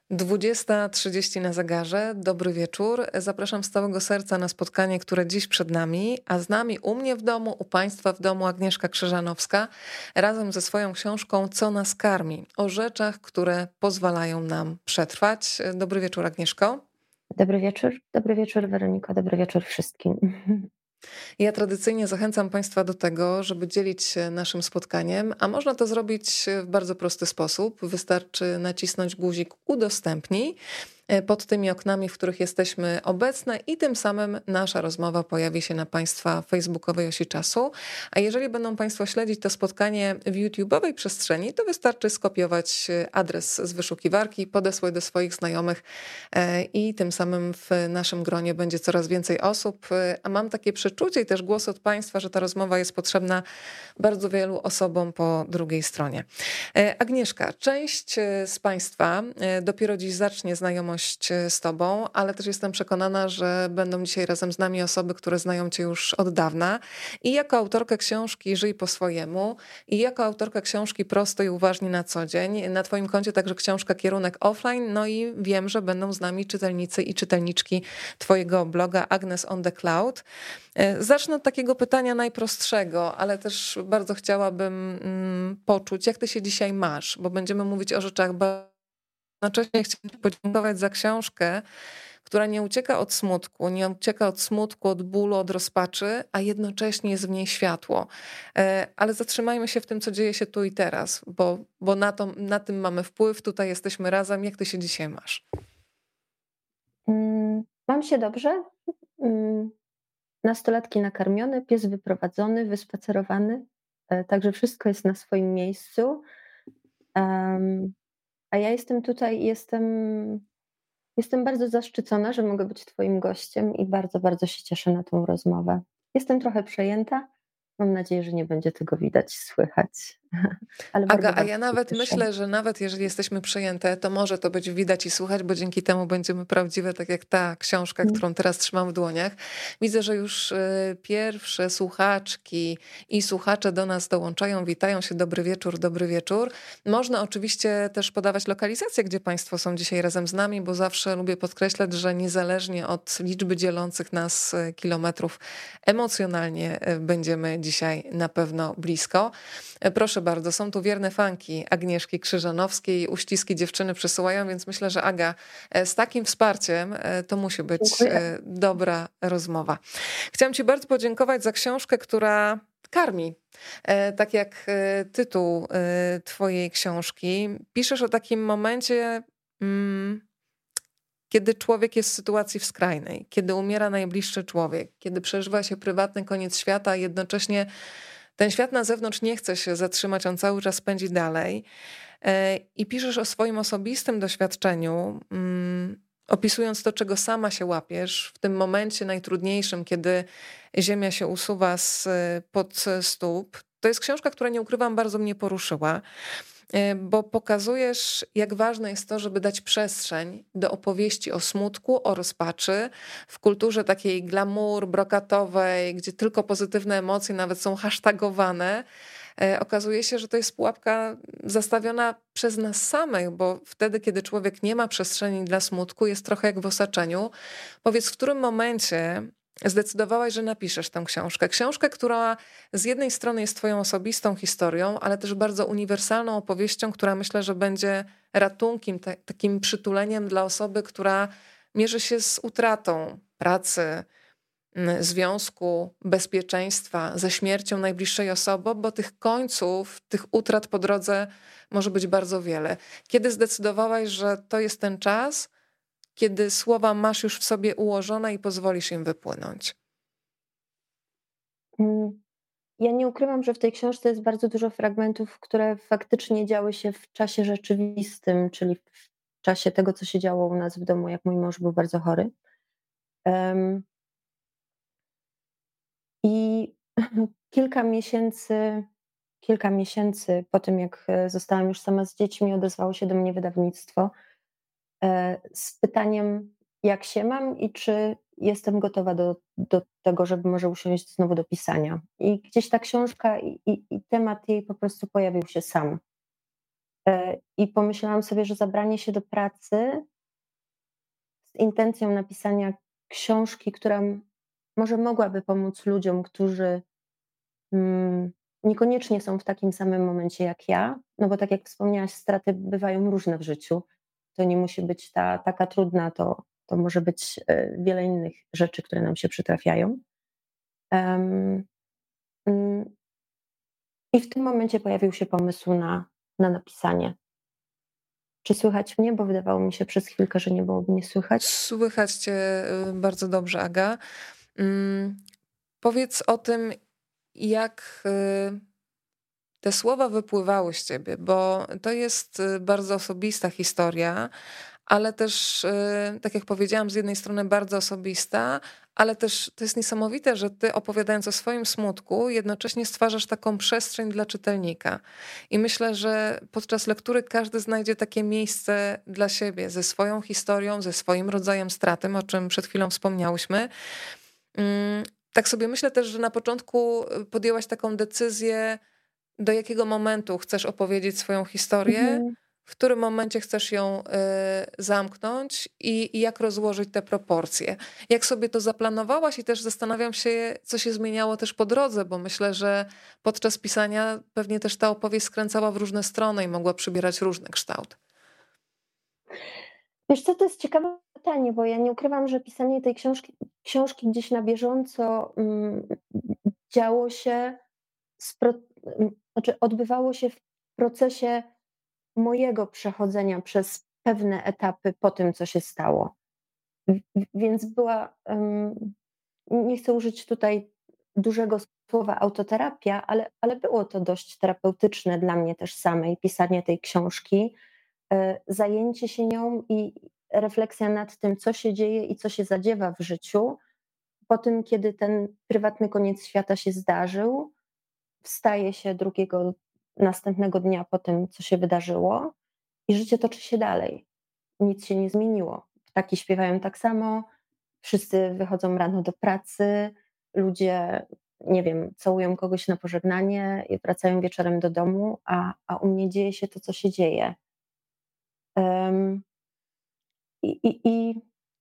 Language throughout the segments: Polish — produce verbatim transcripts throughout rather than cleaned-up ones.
dwudziesta trzydzieści na zegarze. Dobry wieczór. Zapraszam z całego serca na spotkanie, które dziś przed nami, a z nami u mnie w domu, u Państwa w domu Agnieszka Krzyżanowska razem ze swoją książką Co nas karmi? O rzeczach, które pozwalają nam przetrwać. Dobry wieczór, Agnieszko. Dobry wieczór, dobry wieczór Weroniko, dobry wieczór wszystkim. Ja tradycyjnie zachęcam Państwa do tego, żeby dzielić się naszym spotkaniem, a można to zrobić w bardzo prosty sposób. Wystarczy nacisnąć guzik udostępnij pod tymi oknami, w których jesteśmy obecne i tym samym nasza rozmowa pojawi się na Państwa facebookowej osi czasu. A jeżeli będą Państwo śledzić to spotkanie w YouTube'owej przestrzeni, to wystarczy skopiować adres z wyszukiwarki, podesłać do swoich znajomych i tym samym w naszym gronie będzie coraz więcej osób. A mam takie przeczucie i też głos od Państwa, że ta rozmowa jest potrzebna bardzo wielu osobom po drugiej stronie. Agnieszka, część z Państwa dopiero dziś zacznie znajomość z Tobą, ale też jestem przekonana, że będą dzisiaj razem z nami osoby, które znają Cię już od dawna. I jako autorkę książki Żyj po swojemu i jako autorka książki Prosto i uważnie na co dzień. Na Twoim koncie także książka Kierunek offline, no i wiem, że będą z nami czytelnicy i czytelniczki Twojego bloga Agnes on the Cloud. Zacznę od takiego pytania najprostszego, ale też bardzo chciałabym mm, poczuć, jak Ty się dzisiaj masz, bo będziemy mówić o rzeczach bardzo. Jednocześnie chciałam podziękować za książkę, która nie ucieka od smutku, nie ucieka od smutku, od bólu, od rozpaczy, a jednocześnie jest w niej światło. Ale zatrzymajmy się w tym, co dzieje się tu i teraz, bo, bo na, to, na tym mamy wpływ, tutaj jesteśmy razem. Jak ty się dzisiaj masz? Mam się dobrze. Nastolatki nakarmione, pies wyprowadzony, wyspacerowany, także wszystko jest na swoim miejscu. Um, A ja jestem tutaj, jestem, jestem bardzo zaszczycona, że mogę być Twoim gościem i bardzo, bardzo się cieszę na tą rozmowę. Jestem trochę przejęta. Mam nadzieję, że nie będzie tego widać, słychać. Ale Aga, bardzo, a ja bardzo nawet się cieszę. myślę, że nawet jeżeli jesteśmy przejęte, to może to być widać i słuchać, bo dzięki temu będziemy prawdziwe, tak jak ta książka, którą teraz trzymam w dłoniach. Widzę, że już pierwsze słuchaczki i słuchacze do nas dołączają, witają się, dobry wieczór, dobry wieczór. Można oczywiście też podawać lokalizację, gdzie Państwo są dzisiaj razem z nami, bo zawsze lubię podkreślać, że niezależnie od liczby dzielących nas kilometrów, emocjonalnie będziemy dzisiaj na pewno blisko. Proszę bardzo, są tu wierne fanki Agnieszki Krzyżanowskiej, uściski dziewczyny przysyłają, więc myślę, że Aga, z takim wsparciem to musi być Dziękuję. Dobra rozmowa. Chciałam Ci bardzo podziękować za książkę, która karmi. Tak jak tytuł Twojej książki. Piszesz o takim momencie, kiedy człowiek jest w sytuacji w skrajnej, kiedy umiera najbliższy człowiek, kiedy przeżywa się prywatny koniec świata, a jednocześnie ten świat na zewnątrz nie chce się zatrzymać, on cały czas pędzi dalej. I piszesz o swoim osobistym doświadczeniu, opisując to, czego sama się łapiesz w tym momencie najtrudniejszym, kiedy ziemia się usuwa spod stóp. To jest książka, która, nie ukrywam, bardzo mnie poruszyła, bo pokazujesz, jak ważne jest to, żeby dać przestrzeń do opowieści o smutku, o rozpaczy w kulturze takiej glamour, brokatowej, gdzie tylko pozytywne emocje nawet są hashtagowane. Okazuje się, że to jest pułapka zastawiona przez nas samych, bo wtedy, kiedy człowiek nie ma przestrzeni dla smutku, jest trochę jak w osaczeniu. Powiedz, w którym momencie zdecydowałaś, że napiszesz tę książkę. Książkę, która z jednej strony jest twoją osobistą historią, ale też bardzo uniwersalną opowieścią, która myślę, że będzie ratunkiem, t- takim przytuleniem dla osoby, która mierzy się z utratą pracy, związku, bezpieczeństwa, ze śmiercią najbliższej osoby, bo tych końców, tych utrat po drodze może być bardzo wiele. Kiedy zdecydowałaś, że to jest ten czas, kiedy słowa masz już w sobie ułożone i pozwolisz im wypłynąć? Ja nie ukrywam, że w tej książce jest bardzo dużo fragmentów, które faktycznie działy się w czasie rzeczywistym, czyli w czasie tego, co się działo u nas w domu, jak mój mąż był bardzo chory. Um, I kilka miesięcy, kilka miesięcy po tym, jak zostałam już sama z dziećmi, odezwało się do mnie wydawnictwo z pytaniem, jak się mam i czy jestem gotowa do, do tego, żeby może usiąść znowu do pisania. I gdzieś ta książka i, i, i temat jej po prostu pojawił się sam. I pomyślałam sobie, że zabranie się do pracy z intencją napisania książki, która może mogłaby pomóc ludziom, którzy mm, niekoniecznie są w takim samym momencie jak ja, no bo tak jak wspomniałaś, straty bywają różne w życiu. To nie musi być ta taka trudna, to, to może być wiele innych rzeczy, które nam się przytrafiają. Um, um, I w tym momencie pojawił się pomysł na, na napisanie. Czy słychać mnie? Bo wydawało mi się przez chwilkę, że nie byłoby mnie słychać. Słychać cię bardzo dobrze, Aga. Um, powiedz o tym, jak te słowa wypływały z ciebie, bo to jest bardzo osobista historia, ale też, tak jak powiedziałam, z jednej strony bardzo osobista, ale też to jest niesamowite, że ty, opowiadając o swoim smutku, jednocześnie stwarzasz taką przestrzeń dla czytelnika. I myślę, że podczas lektury każdy znajdzie takie miejsce dla siebie, ze swoją historią, ze swoim rodzajem straty, o czym przed chwilą wspomniałyśmy. Tak sobie myślę też, że na początku podjęłaś taką decyzję, do jakiego momentu chcesz opowiedzieć swoją historię, mhm. w którym momencie chcesz ją y, zamknąć i, i jak rozłożyć te proporcje. Jak sobie to zaplanowałaś i też zastanawiam się, co się zmieniało też po drodze, bo myślę, że podczas pisania pewnie też ta opowieść skręcała w różne strony i mogła przybierać różny kształt. Wiesz co, to jest ciekawe pytanie, bo ja nie ukrywam, że pisanie tej książki, książki gdzieś na bieżąco um, działo się Pro, znaczy odbywało się w procesie mojego przechodzenia przez pewne etapy po tym, co się stało. Więc była, nie chcę użyć tutaj dużego słowa autoterapia, ale, ale było to dość terapeutyczne dla mnie też samej, pisanie tej książki, zajęcie się nią i refleksja nad tym, co się dzieje i co się zadziewa w życiu. Po tym, kiedy ten prywatny koniec świata się zdarzył, wstaje się drugiego, następnego dnia po tym, co się wydarzyło i życie toczy się dalej. Nic się nie zmieniło. Ptaki śpiewają tak samo, wszyscy wychodzą rano do pracy, ludzie, nie wiem, całują kogoś na pożegnanie i wracają wieczorem do domu, a, a u mnie dzieje się to, co się dzieje. Um, i, i, I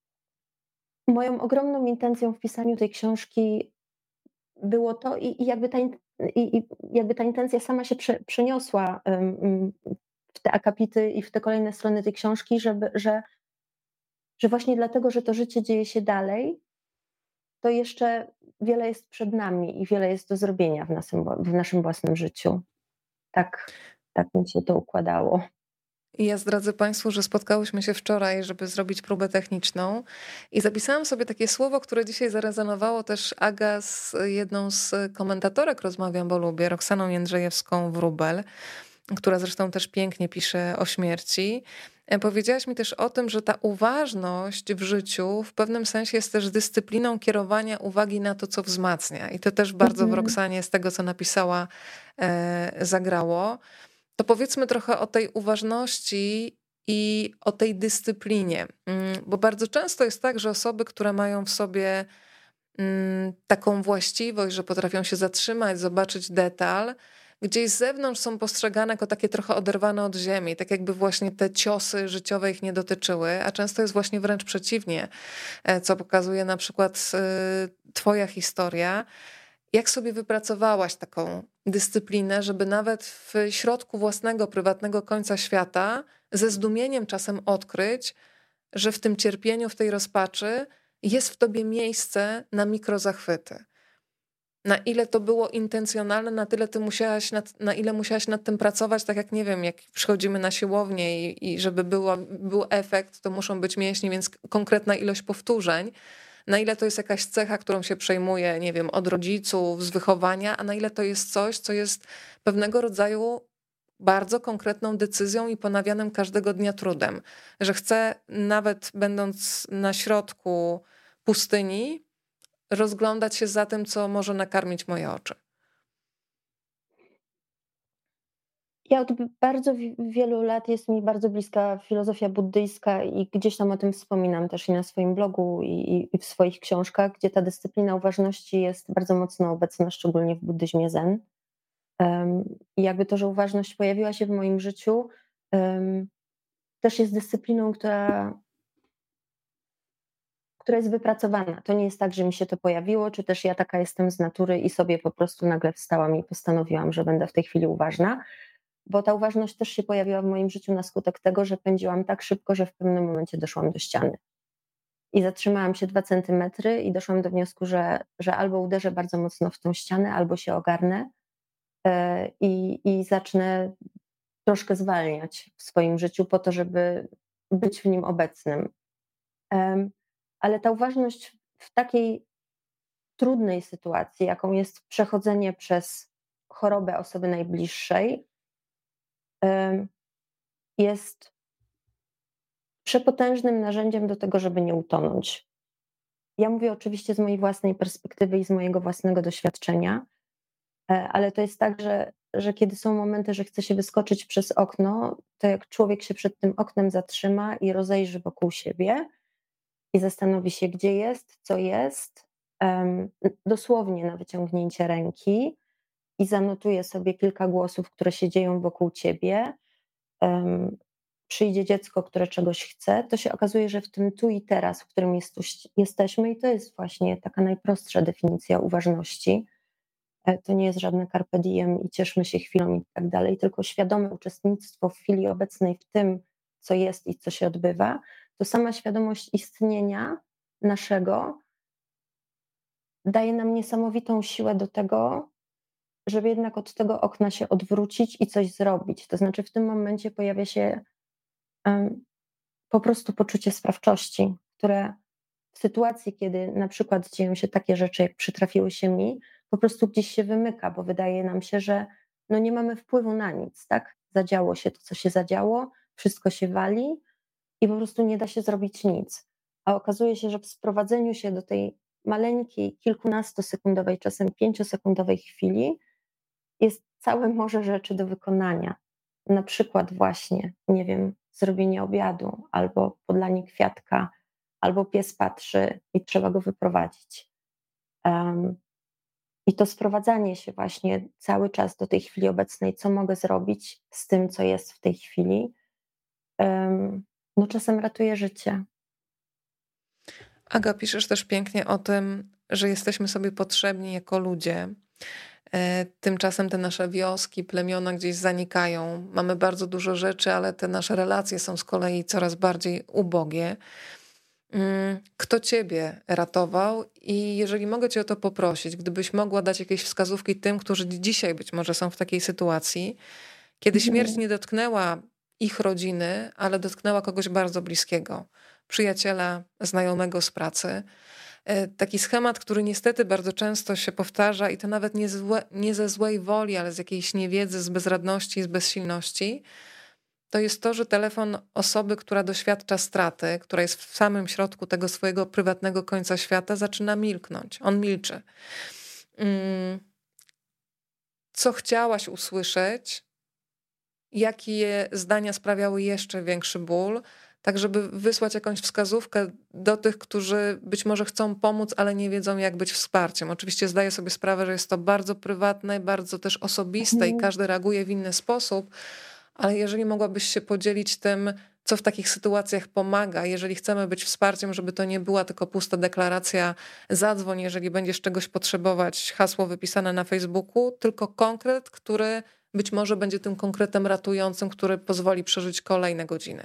moją ogromną intencją w pisaniu tej książki było to i, i jakby ta i, i jakby ta intencja sama się prze, przeniosła um, w te akapity i w te kolejne strony tej książki, żeby, że, że właśnie dlatego, że to życie dzieje się dalej, to jeszcze wiele jest przed nami i wiele jest do zrobienia w naszym, w naszym własnym życiu. Tak, tak mi się to układało. I ja zdradzę Państwu, że spotkałyśmy się wczoraj, żeby zrobić próbę techniczną i zapisałam sobie takie słowo, które dzisiaj zarezonowało też Aga z jedną z komentatorek Rozmawiam, bo lubię, Roxaną Jędrzejewską-Wróbel, która zresztą też pięknie pisze o śmierci. Powiedziałaś mi też o tym, że ta uważność w życiu w pewnym sensie jest też dyscypliną kierowania uwagi na to, co wzmacnia. I to też bardzo w Roxanie z tego, co napisała, zagrało. To powiedzmy trochę o tej uważności i o tej dyscyplinie, bo bardzo często jest tak, że osoby, które mają w sobie taką właściwość, że potrafią się zatrzymać, zobaczyć detal, gdzieś z zewnątrz są postrzegane jako takie trochę oderwane od ziemi, tak jakby właśnie te ciosy życiowe ich nie dotyczyły, a często jest właśnie wręcz przeciwnie, co pokazuje na przykład twoja historia. Jak sobie wypracowałaś taką dyscyplinę, żeby nawet w środku własnego, prywatnego końca świata ze zdumieniem czasem odkryć, że w tym cierpieniu, w tej rozpaczy jest w tobie miejsce na mikrozachwyty. Na ile to było intencjonalne, na tyle ty musiałaś, nad, na ile musiałaś nad tym pracować, tak jak nie wiem, jak przychodzimy na siłownię i, i żeby było, był efekt, to muszą być mięśnie, więc konkretna ilość powtórzeń. Na ile to jest jakaś cecha, którą się przejmuje, nie wiem, od rodziców, z wychowania, a na ile to jest coś, co jest pewnego rodzaju bardzo konkretną decyzją i ponawianym każdego dnia trudem. Że chcę, nawet będąc na środku pustyni, rozglądać się za tym, co może nakarmić moje oczy. Ja od bardzo wielu lat jest mi bardzo bliska filozofia buddyjska i gdzieś tam o tym wspominam też i na swoim blogu i, i w swoich książkach, gdzie ta dyscyplina uważności jest bardzo mocno obecna, szczególnie w buddyzmie zen. Um, I jakby to, że uważność pojawiła się w moim życiu, em, też jest dyscypliną, która, która jest wypracowana. To nie jest tak, że mi się to pojawiło, czy też ja taka jestem z natury i sobie po prostu nagle wstałam i postanowiłam, że będę w tej chwili uważna, bo ta uważność też się pojawiła w moim życiu na skutek tego, że pędziłam tak szybko, że w pewnym momencie doszłam do ściany. I zatrzymałam się dwa centymetry i doszłam do wniosku, że, że albo uderzę bardzo mocno w tą ścianę, albo się ogarnę e, i, i zacznę troszkę zwalniać w swoim życiu po to, żeby być w nim obecnym. Em, Ale ta uważność w takiej trudnej sytuacji, jaką jest przechodzenie przez chorobę osoby najbliższej, em, jest przepotężnym narzędziem do tego, żeby nie utonąć. Ja mówię oczywiście z mojej własnej perspektywy i z mojego własnego doświadczenia, e, ale to jest tak, że, że kiedy są momenty, że chce się wyskoczyć przez okno, to jak człowiek się przed tym oknem zatrzyma i rozejrzy wokół siebie i zastanowi się, gdzie jest, co jest, em, dosłownie na wyciągnięcie ręki i zanotuje sobie kilka głosów, które się dzieją wokół ciebie, em, przyjdzie dziecko, które czegoś chce, to się okazuje, że w tym tu i teraz, w którym jest, jesteśmy, i to jest właśnie taka najprostsza definicja uważności, e, to nie jest żadne carpe diem i cieszmy się chwilą i tak dalej, tylko świadome uczestnictwo w chwili obecnej w tym, co jest i co się odbywa, to sama świadomość istnienia naszego daje nam niesamowitą siłę do tego, żeby jednak od tego okna się odwrócić i coś zrobić. To znaczy w tym momencie pojawia się um, po prostu poczucie sprawczości, które w sytuacji, kiedy na przykład dzieją się takie rzeczy, jak przytrafiły się mi, po prostu gdzieś się wymyka, bo wydaje nam się, że no nie mamy wpływu na nic, tak? Zadziało się to, co się zadziało, wszystko się wali i po prostu nie da się zrobić nic. A okazuje się, że w sprowadzeniu się do tej maleńkiej, kilkunastosekundowej, czasem pięciosekundowej chwili jest całe morze rzeczy do wykonania. Na przykład właśnie, nie wiem, zrobienie obiadu, albo podlanie kwiatka, albo pies patrzy i trzeba go wyprowadzić. Um, I to sprowadzanie się właśnie cały czas do tej chwili obecnej, co mogę zrobić z tym, co jest w tej chwili, um, no czasem ratuje życie. Aga, piszesz też pięknie o tym, że jesteśmy sobie potrzebni jako ludzie. E, Tymczasem te nasze wioski, plemiona gdzieś zanikają. Mamy bardzo dużo rzeczy, ale te nasze relacje są z kolei coraz bardziej ubogie. Mm, Kto ciebie ratował? I jeżeli mogę cię o to poprosić, gdybyś mogła dać jakieś wskazówki tym, którzy dzisiaj być może są w takiej sytuacji, kiedy śmierć nie dotknęła ich rodziny, ale dotknęła kogoś bardzo bliskiego, przyjaciela, znajomego z pracy. E, Taki schemat, który niestety bardzo często się powtarza i to nawet nie, złe, nie ze złej woli, ale z jakiejś niewiedzy, z bezradności, z bezsilności, to jest to, że telefon osoby, która doświadcza straty, która jest w samym środku tego swojego prywatnego końca świata, zaczyna milknąć. On milczy. Mm, Co chciałaś usłyszeć? Jakie zdania sprawiały jeszcze większy ból? Tak, żeby wysłać jakąś wskazówkę do tych, którzy być może chcą pomóc, ale nie wiedzą, jak być wsparciem. Oczywiście zdaję sobie sprawę, że jest to bardzo prywatne, bardzo też osobiste i każdy reaguje w inny sposób, ale jeżeli mogłabyś się podzielić tym, co w takich sytuacjach pomaga, jeżeli chcemy być wsparciem, żeby to nie była tylko pusta deklaracja, zadzwoń, jeżeli będziesz czegoś potrzebować, hasło wypisane na Facebooku, tylko konkret, który być może będzie tym konkretem ratującym, który pozwoli przeżyć kolejne godziny.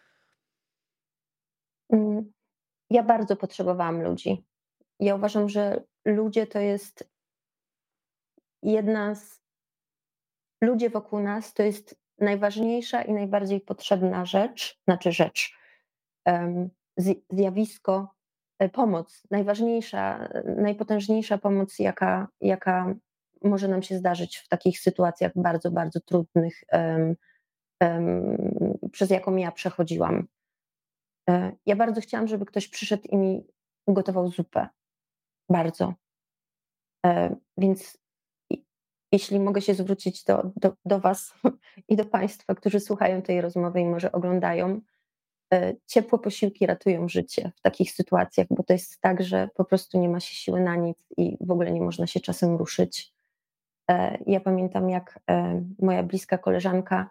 Mm, Ja bardzo potrzebowałam ludzi. Ja uważam, że ludzie to jest jedna z. Ludzie wokół nas to jest najważniejsza i najbardziej potrzebna rzecz, znaczy rzecz, em, zj- zjawisko, e, pomoc. Najważniejsza, e, najpotężniejsza pomoc, jaka, jaka może nam się zdarzyć w takich sytuacjach bardzo, bardzo trudnych, em, em, przez jaką ja przechodziłam. E, Ja bardzo chciałam, żeby ktoś przyszedł i mi ugotował zupę. Bardzo. E, Więc i- jeśli mogę się zwrócić do, do, do Was i do Państwa, którzy słuchają tej rozmowy i może oglądają, e, ciepłe posiłki ratują życie w takich sytuacjach, bo to jest tak, że po prostu nie ma się siły na nic i w ogóle nie można się czasem ruszyć. E, Ja pamiętam, jak e, moja bliska koleżanka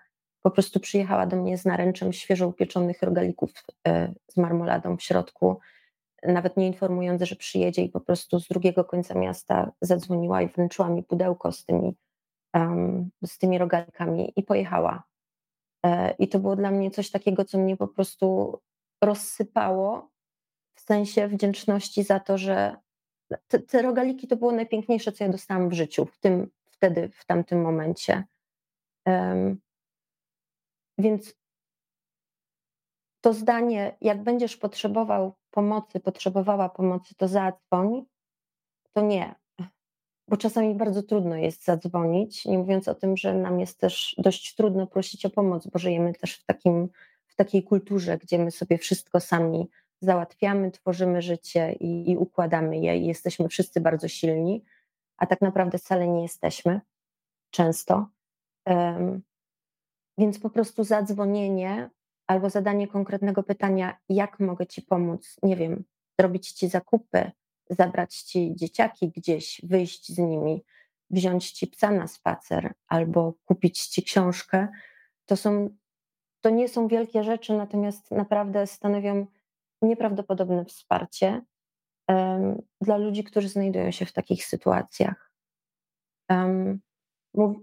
po prostu przyjechała do mnie z naręczem świeżo upieczonych rogalików e, z marmoladą w środku, nawet nie informując, że przyjedzie, i po prostu z drugiego końca miasta zadzwoniła i wręczyła mi pudełko z tymi, em, z tymi rogalikami i pojechała. E, I to było dla mnie coś takiego, co mnie po prostu rozsypało w sensie wdzięczności za to, że te, te rogaliki to było najpiękniejsze, co ja dostałam w życiu, w tym, wtedy, w tamtym momencie. Em, Więc to zdanie, jak będziesz potrzebował pomocy, potrzebowała pomocy, to zadzwoń, to nie. Bo czasami bardzo trudno jest zadzwonić, nie mówiąc o tym, że nam jest też dość trudno prosić o pomoc, bo żyjemy też w takim, w takiej kulturze, gdzie my sobie wszystko sami załatwiamy, tworzymy życie i, i układamy je i jesteśmy wszyscy bardzo silni, a tak naprawdę wcale nie jesteśmy często. Um, więc po prostu zadzwonienie albo zadanie konkretnego pytania, jak mogę ci pomóc, nie wiem, zrobić ci zakupy, zabrać ci dzieciaki gdzieś, wyjść z nimi, wziąć ci psa na spacer albo kupić ci książkę, to są, to nie są wielkie rzeczy, natomiast naprawdę stanowią nieprawdopodobne wsparcie um, dla ludzi, którzy znajdują się w takich sytuacjach. Um, mów,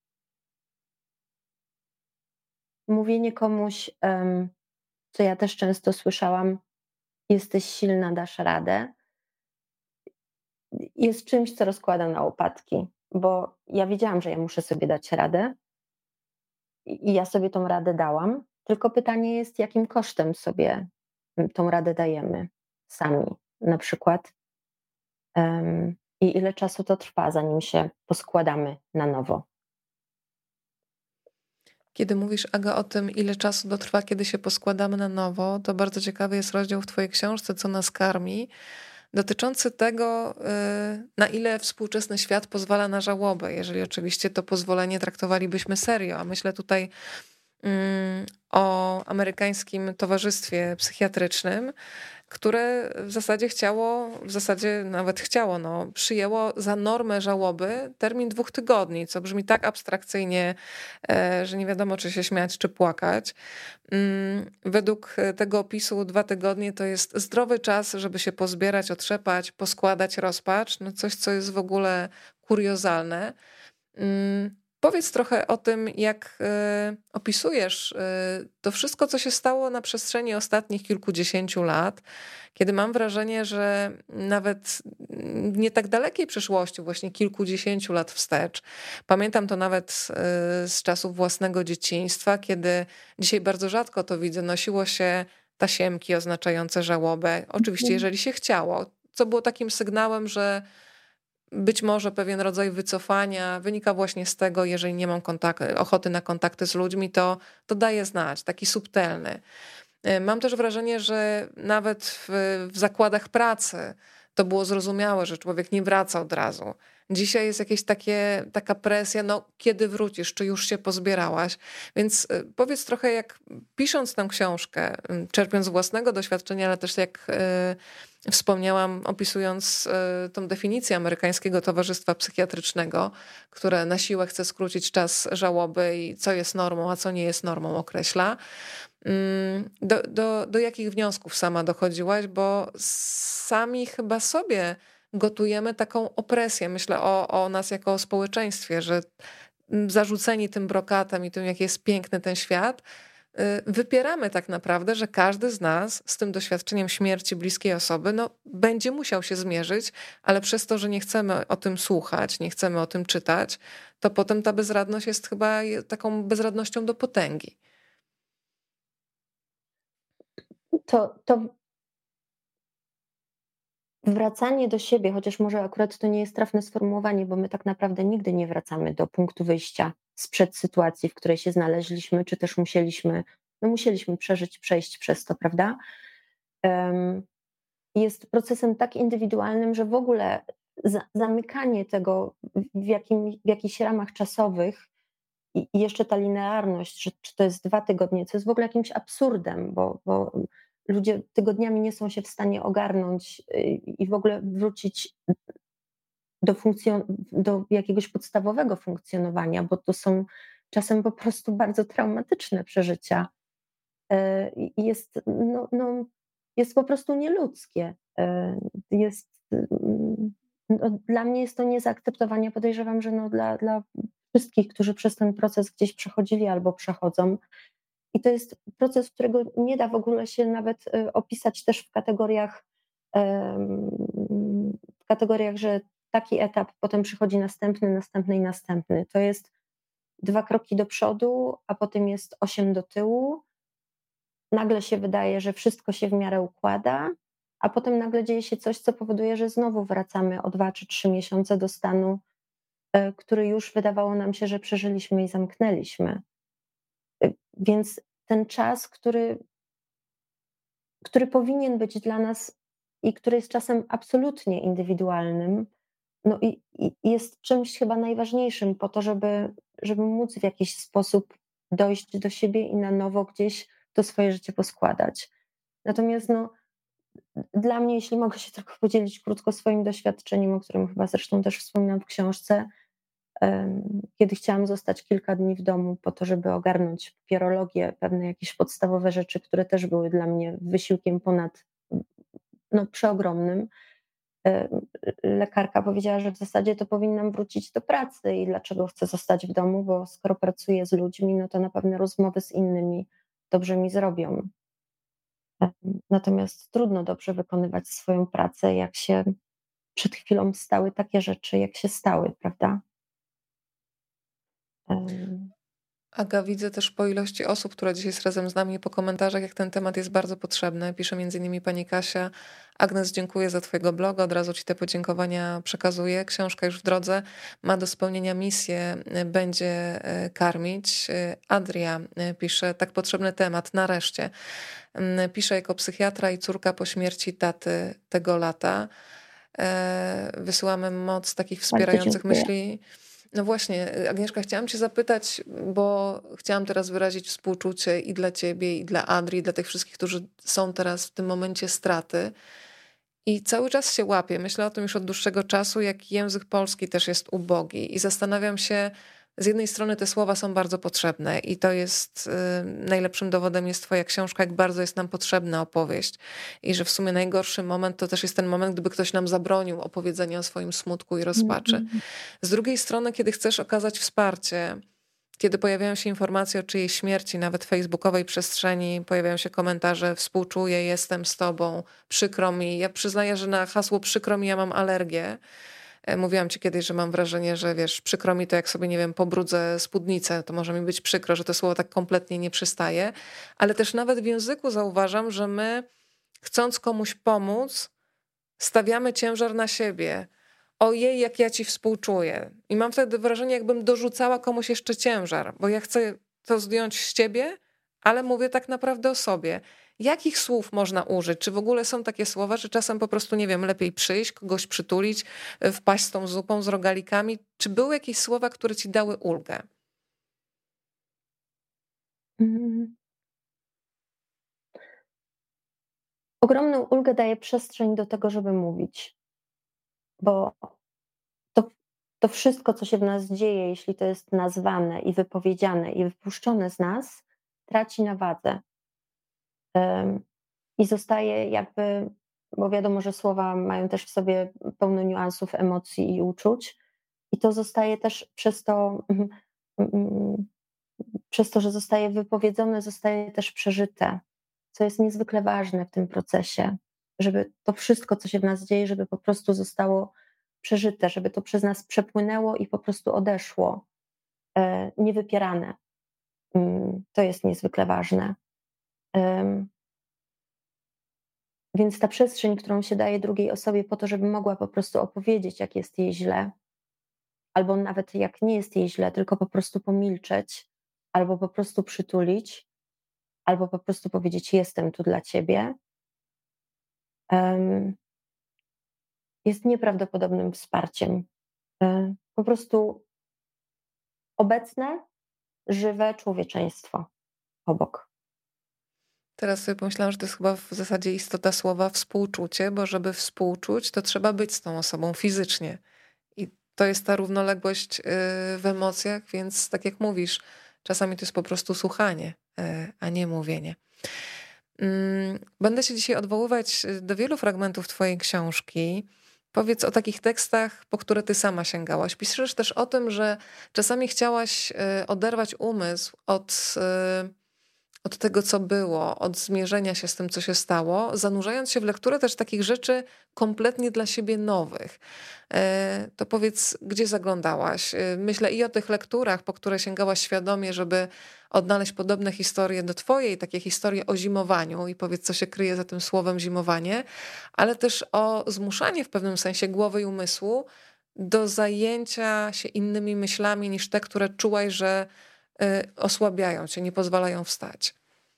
mówienie komuś, um, co ja też często słyszałam, jesteś silna, dasz radę, jest czymś, co rozkłada na łopatki, bo ja wiedziałam, że ja muszę sobie dać radę i ja sobie tą radę dałam, tylko pytanie jest, jakim kosztem sobie tą radę dajemy sami na przykład, um, i ile czasu to trwa, zanim się poskładamy na nowo. Kiedy mówisz, Aga, o tym, ile czasu to trwa, kiedy się poskładamy na nowo, to bardzo ciekawy jest rozdział w twojej książce, Co nas karmi, dotyczący tego, na ile współczesny świat pozwala na żałobę, jeżeli oczywiście to pozwolenie traktowalibyśmy serio. A myślę tutaj o amerykańskim towarzystwie psychiatrycznym, które w zasadzie chciało, w zasadzie nawet chciało, no, przyjęło za normę żałoby termin dwóch tygodni, co brzmi tak abstrakcyjnie, że nie wiadomo, czy się śmiać, czy płakać. Według tego opisu dwa tygodnie to jest zdrowy czas, żeby się pozbierać, otrzepać, poskładać rozpacz, no coś, co jest w ogóle kuriozalne. Powiedz trochę o tym, jak y, opisujesz y, to wszystko, co się stało na przestrzeni ostatnich kilkudziesięciu lat, kiedy mam wrażenie, że nawet w nie tak dalekiej przyszłości, właśnie kilkudziesięciu lat wstecz, pamiętam to nawet y, z czasów własnego dzieciństwa, kiedy dzisiaj bardzo rzadko to widzę, nosiło się tasiemki oznaczające żałobę, oczywiście jeżeli się chciało, co było takim sygnałem, że być może pewien rodzaj wycofania wynika właśnie z tego, jeżeli nie mam kontak- ochoty na kontakty z ludźmi, to, to daje znać, taki subtelny. Mam też wrażenie, że nawet w, w zakładach pracy to było zrozumiałe, że człowiek nie wraca od razu. Dzisiaj jest jakieś takie, taka presja, no kiedy wrócisz, czy już się pozbierałaś? Więc powiedz trochę, jak pisząc tę książkę, czerpiąc z własnego doświadczenia, ale też jak y, wspomniałam, opisując y, tą definicję amerykańskiego towarzystwa psychiatrycznego, które na siłę chce skrócić czas żałoby i co jest normą, a co nie jest normą określa. Do, do, do jakich wniosków sama dochodziłaś, bo sami chyba sobie gotujemy taką opresję. Myślę o, o nas jako o społeczeństwie, że zarzuceni tym brokatem i tym, jak jest piękny ten świat, wypieramy tak naprawdę, że każdy z nas z tym doświadczeniem śmierci bliskiej osoby no, będzie musiał się zmierzyć, ale przez to, że nie chcemy o tym słuchać, nie chcemy o tym czytać, to potem ta bezradność jest chyba taką bezradnością do potęgi. To, to wracanie do siebie, chociaż może akurat to nie jest trafne sformułowanie, bo my tak naprawdę nigdy nie wracamy do punktu wyjścia sprzed sytuacji, w której się znaleźliśmy, czy też musieliśmy, no musieliśmy przeżyć, przejść przez to, prawda? Um, jest procesem tak indywidualnym, że w ogóle za, zamykanie tego w, jakim, w jakichś ramach czasowych i, i jeszcze ta linearność, że czy to jest dwa tygodnie, co jest w ogóle jakimś absurdem, bo, bo ludzie tygodniami nie są się w stanie ogarnąć i w ogóle wrócić do, funkcjon- do jakiegoś podstawowego funkcjonowania, bo to są czasem po prostu bardzo traumatyczne przeżycia. I jest, no, no, jest po prostu nieludzkie. Jest, no, dla mnie jest to nie zaakceptowanie. Podejrzewam, że no, dla, dla wszystkich, którzy przez ten proces gdzieś przechodzili albo przechodzą. I to jest proces, którego nie da w ogóle się nawet opisać też w kategoriach, w kategoriach, że taki etap, potem przychodzi następny, następny i następny. To jest dwa kroki do przodu, a potem jest osiem do tyłu. Nagle się wydaje, że wszystko się w miarę układa, a potem nagle dzieje się coś, co powoduje, że znowu wracamy o dwa czy trzy miesiące do stanu, który już wydawało nam się, że przeżyliśmy i zamknęliśmy. Więc ten czas, który, który powinien być dla nas i który jest czasem absolutnie indywidualnym, no i, i jest czymś chyba najważniejszym po to, żeby, żeby móc w jakiś sposób dojść do siebie i na nowo gdzieś to swoje życie poskładać. Natomiast no, dla mnie, jeśli mogę się tylko podzielić krótko swoim doświadczeniem, o którym chyba zresztą też wspominam w książce, kiedy chciałam zostać kilka dni w domu po to, żeby ogarnąć papierologię, pewne jakieś podstawowe rzeczy, które też były dla mnie wysiłkiem ponad, no, przeogromnym. Lekarka powiedziała, że w zasadzie to powinnam wrócić do pracy i dlaczego chcę zostać w domu, bo skoro pracuję z ludźmi, no to na pewno rozmowy z innymi dobrze mi zrobią. Natomiast trudno dobrze wykonywać swoją pracę, jak się przed chwilą stały takie rzeczy, jak się stały, prawda? Aga, widzę też po ilości osób, która dzisiaj jest razem z nami i po komentarzach, jak ten temat jest bardzo potrzebny. Pisze między innymi pani Kasia: Agnes, dziękuję za twojego bloga, od razu ci te podziękowania przekazuję. Książka już w drodze, ma do spełnienia misję, będzie karmić. Adria pisze: tak potrzebny temat, nareszcie. Pisze jako psychiatra i córka po śmierci taty tego lata. Wysyłamy moc takich wspierających myśli. No właśnie, Agnieszka, chciałam cię zapytać, bo chciałam teraz wyrazić współczucie i dla ciebie, i dla Adrii, i dla tych wszystkich, którzy są teraz w tym momencie straty. I cały czas się łapię. Myślę o tym już od dłuższego czasu, jak język polski też jest ubogi. I zastanawiam się, z jednej strony te słowa są bardzo potrzebne i to jest, najlepszym dowodem jest twoja książka, jak bardzo jest nam potrzebna opowieść. I że w sumie najgorszy moment to też jest ten moment, gdyby ktoś nam zabronił opowiedzenia o swoim smutku i rozpaczy. Z drugiej strony, kiedy chcesz okazać wsparcie, kiedy pojawiają się informacje o czyjejś śmierci, nawet w facebookowej przestrzeni, pojawiają się komentarze: współczuję, jestem z tobą, przykro mi. Ja przyznaję, że na hasło przykro mi ja mam alergię. Mówiłam ci kiedyś, że mam wrażenie, że wiesz, przykro mi to jak sobie, nie wiem, pobrudzę spódnicę, to może mi być przykro, że to słowo tak kompletnie nie przystaje. Ale też nawet w języku zauważam, że my, chcąc komuś pomóc, stawiamy ciężar na siebie. Ojej, jak ja ci współczuję. I mam wtedy wrażenie, jakbym dorzucała komuś jeszcze ciężar, bo ja chcę to zdjąć z ciebie, ale mówię tak naprawdę o sobie. Jakich słów można użyć? Czy w ogóle są takie słowa, czy czasem po prostu, nie wiem, lepiej przyjść, kogoś przytulić, wpaść z tą zupą, z rogalikami? Czy były jakieś słowa, które ci dały ulgę? Mm. Ogromną ulgę daje przestrzeń do tego, żeby mówić, bo to, to wszystko, co się w nas dzieje, jeśli to jest nazwane i wypowiedziane i wypuszczone z nas, traci na wadze. I zostaje jakby, bo wiadomo, że słowa mają też w sobie pełno niuansów, emocji i uczuć, i to zostaje też przez to, przez to, że zostaje wypowiedziane, zostaje też przeżyte, co jest niezwykle ważne w tym procesie, żeby to wszystko, co się w nas dzieje, żeby po prostu zostało przeżyte, żeby to przez nas przepłynęło i po prostu odeszło, niewypierane. To jest niezwykle ważne. Więc ta przestrzeń, którą się daje drugiej osobie po to, żeby mogła po prostu opowiedzieć, jak jest jej źle, albo nawet jak nie jest jej źle, tylko po prostu pomilczeć, albo po prostu przytulić, albo po prostu powiedzieć: jestem tu dla ciebie, jest nieprawdopodobnym wsparciem. Po prostu obecne, żywe człowieczeństwo obok. Teraz sobie pomyślałam, że to jest chyba w zasadzie istota słowa współczucie, bo żeby współczuć, to trzeba być z tą osobą fizycznie. I to jest ta równoległość w emocjach, więc tak jak mówisz, czasami to jest po prostu słuchanie, a nie mówienie. Będę się dzisiaj odwoływać do wielu fragmentów twojej książki. Powiedz o takich tekstach, po które ty sama sięgałaś. Piszesz też o tym, że czasami chciałaś oderwać umysł od, od tego, co było, od zmierzenia się z tym, co się stało, zanurzając się w lekturę też takich rzeczy kompletnie dla siebie nowych. To powiedz, gdzie zaglądałaś? Myślę i o tych lekturach, po które sięgałaś świadomie, żeby odnaleźć podobne historie do twojej, takie historie o zimowaniu i powiedz, co się kryje za tym słowem zimowanie, ale też o zmuszanie w pewnym sensie głowy i umysłu do zajęcia się innymi myślami niż te, które czułaś, że osłabiają cię, nie pozwalają wstać.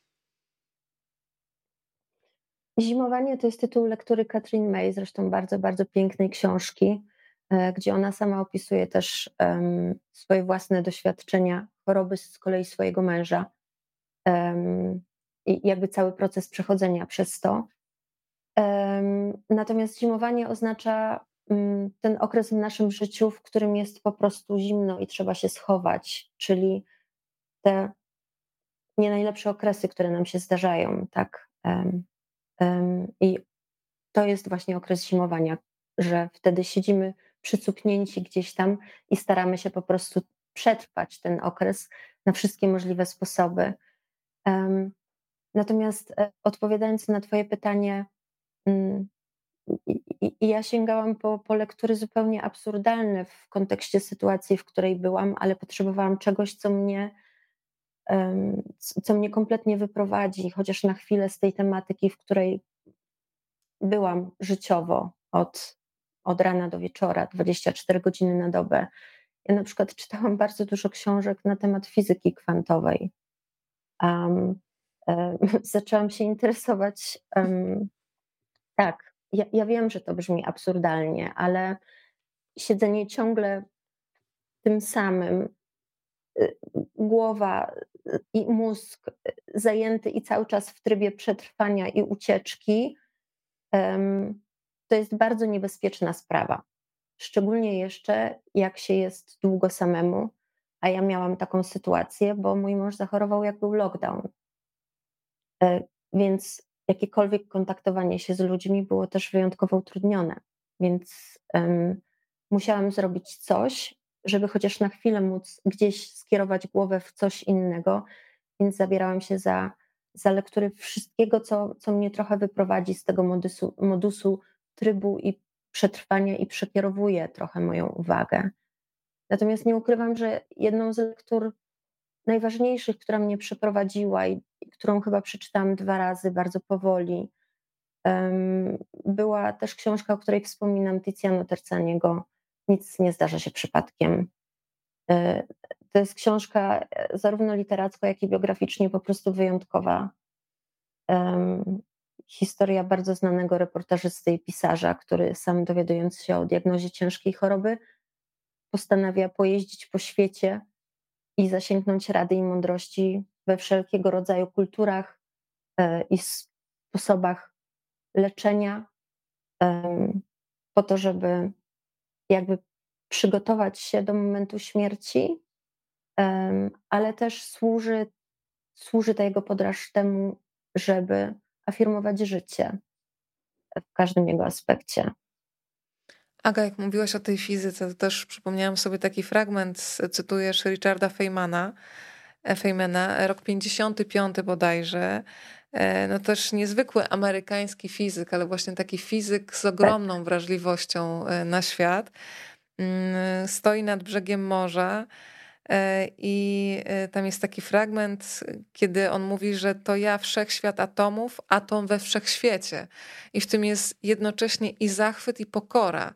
Zimowanie to jest tytuł lektury Katrin May, zresztą bardzo, bardzo pięknej książki, gdzie ona sama opisuje też um, swoje własne doświadczenia, choroby z kolei swojego męża um, i jakby cały proces przechodzenia przez to. Um, natomiast zimowanie oznacza um, ten okres w naszym życiu, w którym jest po prostu zimno i trzeba się schować, czyli te nie najlepsze okresy, które nam się zdarzają, tak. Um, um, I to jest właśnie okres zimowania, że wtedy siedzimy przycupnięci gdzieś tam i staramy się po prostu przetrwać ten okres na wszystkie możliwe sposoby. Um, natomiast e, odpowiadając na twoje pytanie, um, i, i ja sięgałam po, po lektury zupełnie absurdalne w kontekście sytuacji, w której byłam, ale potrzebowałam czegoś, co mnie co mnie kompletnie wyprowadzi, chociaż na chwilę z tej tematyki, w której byłam życiowo od, od rana do wieczora, dwadzieścia cztery godziny na dobę. Ja na przykład czytałam bardzo dużo książek na temat fizyki kwantowej. Um, um, zaczęłam się interesować, um, tak, ja, ja wiem, że to brzmi absurdalnie, ale siedzenie ciągle tym samym, głowa i mózg zajęty i cały czas w trybie przetrwania i ucieczki, to jest bardzo niebezpieczna sprawa. Szczególnie jeszcze jak się jest długo samemu, a ja miałam taką sytuację, bo mój mąż zachorował, jak był lockdown. Więc jakiekolwiek kontaktowanie się z ludźmi było też wyjątkowo utrudnione. Więc um, musiałam zrobić coś, żeby chociaż na chwilę móc gdzieś skierować głowę w coś innego, więc zabierałam się za, za lektury wszystkiego, co, co mnie trochę wyprowadzi z tego modusu, modusu trybu i przetrwania i przekierowuje trochę moją uwagę. Natomiast nie ukrywam, że jedną z lektur najważniejszych, która mnie przeprowadziła i, i którą chyba przeczytałam dwa razy bardzo powoli, um, była też książka, o której wspominam, Tiziano Terzaniego, Nic nie zdarza się przypadkiem. To jest książka zarówno literacko, jak i biograficznie po prostu wyjątkowa. Um, historia bardzo znanego reportażysty i pisarza, który sam dowiadując się o diagnozie ciężkiej choroby, postanawia pojeździć po świecie i zasięgnąć rady i mądrości we wszelkiego rodzaju kulturach e, i sposobach leczenia, e, po to, żeby jakby przygotować się do momentu śmierci, ale też służy, służy ta jego podróż temu, żeby afirmować życie w każdym jego aspekcie. Aga, jak mówiłaś o tej fizyce, to też przypomniałam sobie taki fragment, cytujesz Richarda Feynmana, Feynmana, rok pięćdziesiąty piąty bodajże, no też niezwykły amerykański fizyk, ale właśnie taki fizyk z ogromną tak. wrażliwością na świat, stoi nad brzegiem morza i tam jest taki fragment, kiedy on mówi, że to ja wszechświat atomów, atom we wszechświecie. I w tym jest jednocześnie i zachwyt, i pokora.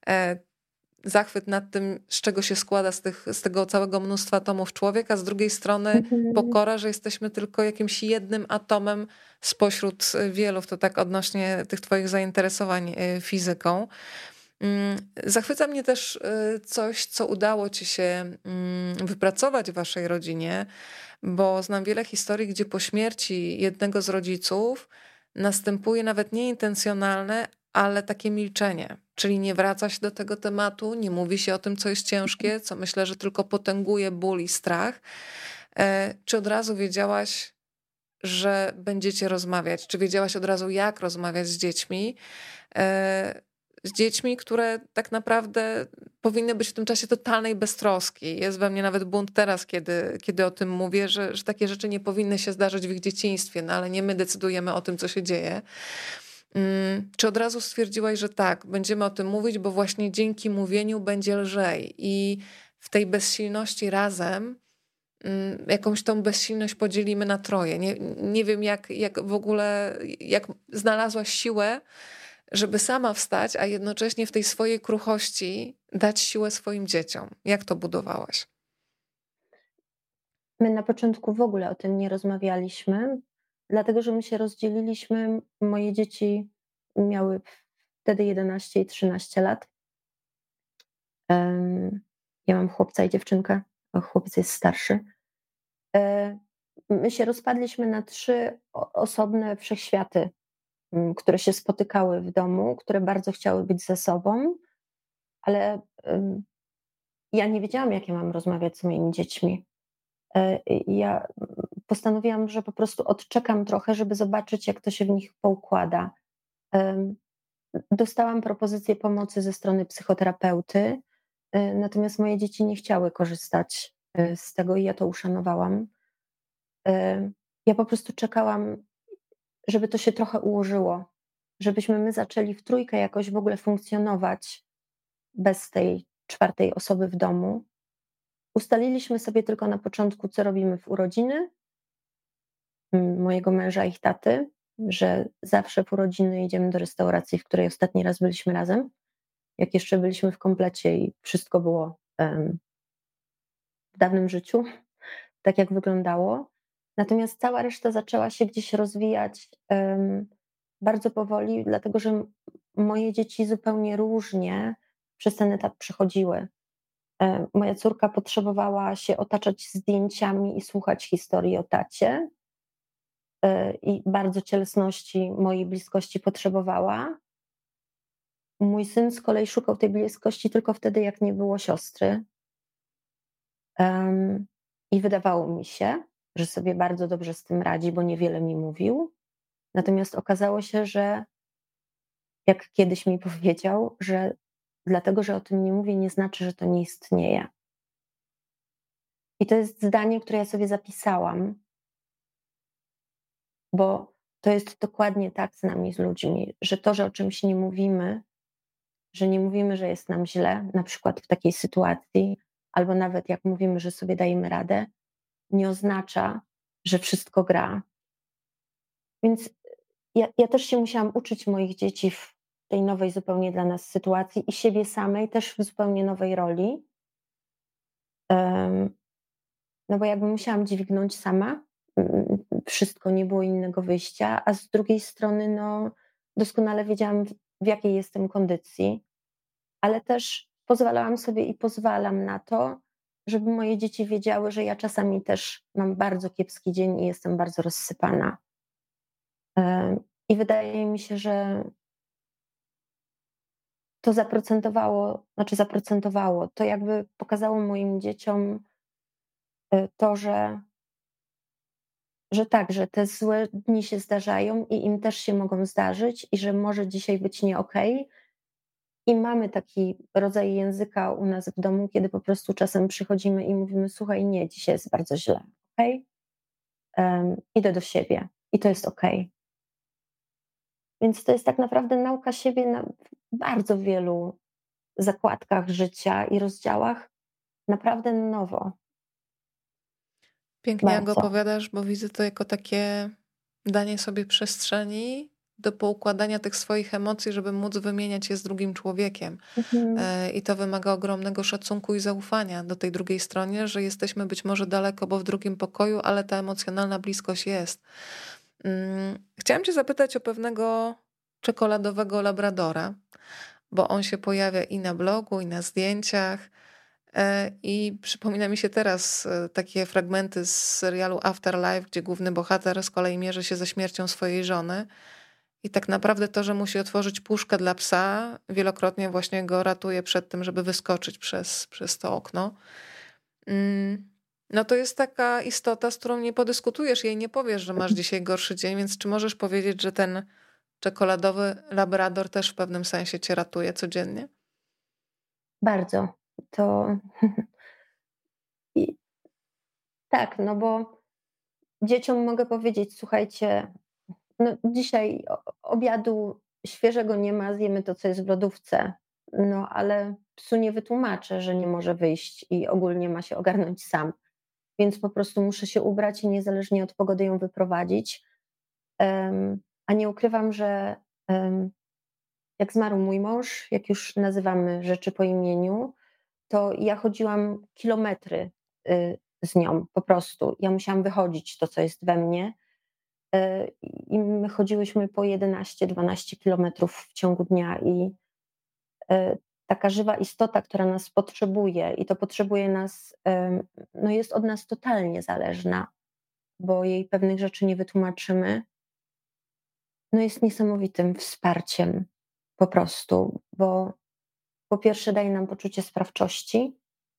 Zachwyt nad tym, z czego się składa z, tych, z tego całego mnóstwa atomów człowiek, a z drugiej strony mhm. pokora, że jesteśmy tylko jakimś jednym atomem spośród wielu. To tak odnośnie tych twoich zainteresowań fizyką. Zachwyca mnie też coś, co udało ci się wypracować w waszej rodzinie, bo znam wiele historii, gdzie po śmierci jednego z rodziców następuje nawet nieintencjonalne, ale takie milczenie, czyli nie wraca się do tego tematu, nie mówi się o tym, co jest ciężkie, co myślę, że tylko potęguje ból i strach. Czy od razu wiedziałaś, że będziecie rozmawiać? Czy wiedziałaś od razu, jak rozmawiać z dziećmi? Z dziećmi, które tak naprawdę powinny być w tym czasie totalnej beztroski. Jest we mnie nawet bunt teraz, kiedy, kiedy o tym mówię, że, że takie rzeczy nie powinny się zdarzyć w ich dzieciństwie, no ale nie my decydujemy o tym, co się dzieje. Czy od razu stwierdziłaś, że tak, będziemy o tym mówić, bo właśnie dzięki mówieniu będzie lżej i w tej bezsilności razem jakąś tą bezsilność podzielimy na troje. Nie, nie wiem, jak, jak w ogóle, jak znalazłaś siłę, żeby sama wstać, a jednocześnie w tej swojej kruchości dać siłę swoim dzieciom. Jak to budowałaś? My na początku w ogóle o tym nie rozmawialiśmy, dlatego że my się rozdzieliliśmy. Moje dzieci miały wtedy jedenaście i trzynaście lat. Ja mam chłopca i dziewczynkę, a chłopiec jest starszy. My się rozpadliśmy na trzy osobne wszechświaty, które się spotykały w domu, które bardzo chciały być ze sobą, ale ja nie wiedziałam, jak ja mam rozmawiać z moimi dziećmi. Ja postanowiłam, że po prostu odczekam trochę, żeby zobaczyć, jak to się w nich poukłada. Dostałam propozycję pomocy ze strony psychoterapeuty, natomiast moje dzieci nie chciały korzystać z tego i ja to uszanowałam. Ja po prostu czekałam, żeby to się trochę ułożyło, żebyśmy my zaczęli w trójkę jakoś w ogóle funkcjonować bez tej czwartej osoby w domu. Ustaliliśmy sobie tylko na początku, co robimy w urodziny mojego męża i ich taty, że zawsze w urodziny idziemy do restauracji, w której ostatni raz byliśmy razem, jak jeszcze byliśmy w komplecie i wszystko było um, w dawnym życiu, tak jak wyglądało. Natomiast cała reszta zaczęła się gdzieś rozwijać um, bardzo powoli, dlatego że moje dzieci zupełnie różnie przez ten etap przechodziły. Um, moja córka potrzebowała się otaczać zdjęciami i słuchać historii o tacie um, i bardzo cielesności mojej bliskości potrzebowała. Mój syn z kolei szukał tej bliskości tylko wtedy, jak nie było siostry. Um, I wydawało mi się, że sobie bardzo dobrze z tym radzi, bo niewiele mi mówił. Natomiast okazało się, że jak kiedyś mi powiedział, że dlatego, że o tym nie mówię, nie znaczy, że to nie istnieje. I to jest zdanie, które ja sobie zapisałam, bo to jest dokładnie tak z nami, z ludźmi, że to, że o czymś nie mówimy, że nie mówimy, że jest nam źle, na przykład w takiej sytuacji, albo nawet jak mówimy, że sobie dajemy radę, nie oznacza, że wszystko gra. Więc ja, ja też się musiałam uczyć moich dzieci w tej nowej zupełnie dla nas sytuacji i siebie samej też w zupełnie nowej roli. Um, no bo jakby musiałam dźwignąć sama, wszystko, nie było innego wyjścia, a z drugiej strony no doskonale wiedziałam, w, w jakiej jestem kondycji, ale też pozwalałam sobie i pozwalam na to, żeby moje dzieci wiedziały, że ja czasami też mam bardzo kiepski dzień i jestem bardzo rozsypana. I wydaje mi się, że to zaprocentowało, znaczy zaprocentowało, to jakby pokazało moim dzieciom to, że, że tak, że te złe dni się zdarzają i im też się mogą zdarzyć i że może dzisiaj być nie okej. I mamy taki rodzaj języka u nas w domu, kiedy po prostu czasem przychodzimy i mówimy, słuchaj, nie, dzisiaj jest bardzo źle, okej? Um, idę do siebie i to jest okej. Więc to jest tak naprawdę nauka siebie na bardzo wielu zakładkach życia i rozdziałach naprawdę nowo. Pięknie jak opowiadasz, bo widzę to jako takie danie sobie przestrzeni do poukładania tych swoich emocji, żeby móc wymieniać je z drugim człowiekiem. Mhm. I to wymaga ogromnego szacunku i zaufania do tej drugiej stronie, że jesteśmy być może daleko, bo w drugim pokoju, ale ta emocjonalna bliskość jest. Chciałam cię zapytać o pewnego czekoladowego labradora, bo on się pojawia i na blogu, i na zdjęciach. I przypomina mi się teraz takie fragmenty z serialu Afterlife, gdzie główny bohater z kolei mierzy się ze śmiercią swojej żony. I tak naprawdę to, że musi otworzyć puszkę dla psa, wielokrotnie właśnie go ratuje przed tym, żeby wyskoczyć przez, przez to okno. No to jest taka istota, z którą nie podyskutujesz, jej nie powiesz, że masz dzisiaj gorszy dzień, więc czy możesz powiedzieć, że ten czekoladowy labrador też w pewnym sensie cię ratuje codziennie? Bardzo. To i tak, no bo dzieciom mogę powiedzieć: "Słuchajcie, no dzisiaj o obiadu świeżego nie ma, zjemy to, co jest w lodówce". No, ale psu nie wytłumaczę, że nie może wyjść i ogólnie ma się ogarnąć sam, więc po prostu muszę się ubrać i niezależnie od pogody ją wyprowadzić. Em, a nie ukrywam, że, em, jak zmarł mój mąż, jak już nazywamy rzeczy po imieniu, to ja chodziłam kilometry, y, z nią po prostu. Ja musiałam wychodzić to, co jest we mnie, y, i my chodziłyśmy po jedenaście, dwanaście kilometrów w ciągu dnia i, y, taka żywa istota, która nas potrzebuje i to potrzebuje nas, ym, no jest od nas totalnie zależna, bo jej pewnych rzeczy nie wytłumaczymy, no jest niesamowitym wsparciem po prostu, bo po pierwsze daje nam poczucie sprawczości,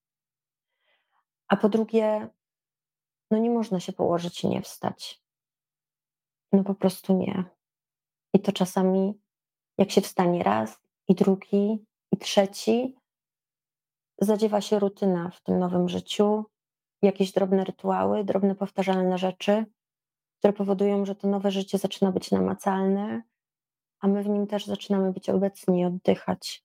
a po drugie, no nie można się położyć i nie wstać. No po prostu nie. I to czasami jak się wstanie raz i drugi i trzeci, zadziewa się rutyna w tym nowym życiu, jakieś drobne rytuały, drobne powtarzalne rzeczy, które powodują, że to nowe życie zaczyna być namacalne, a my w nim też zaczynamy być obecni i oddychać.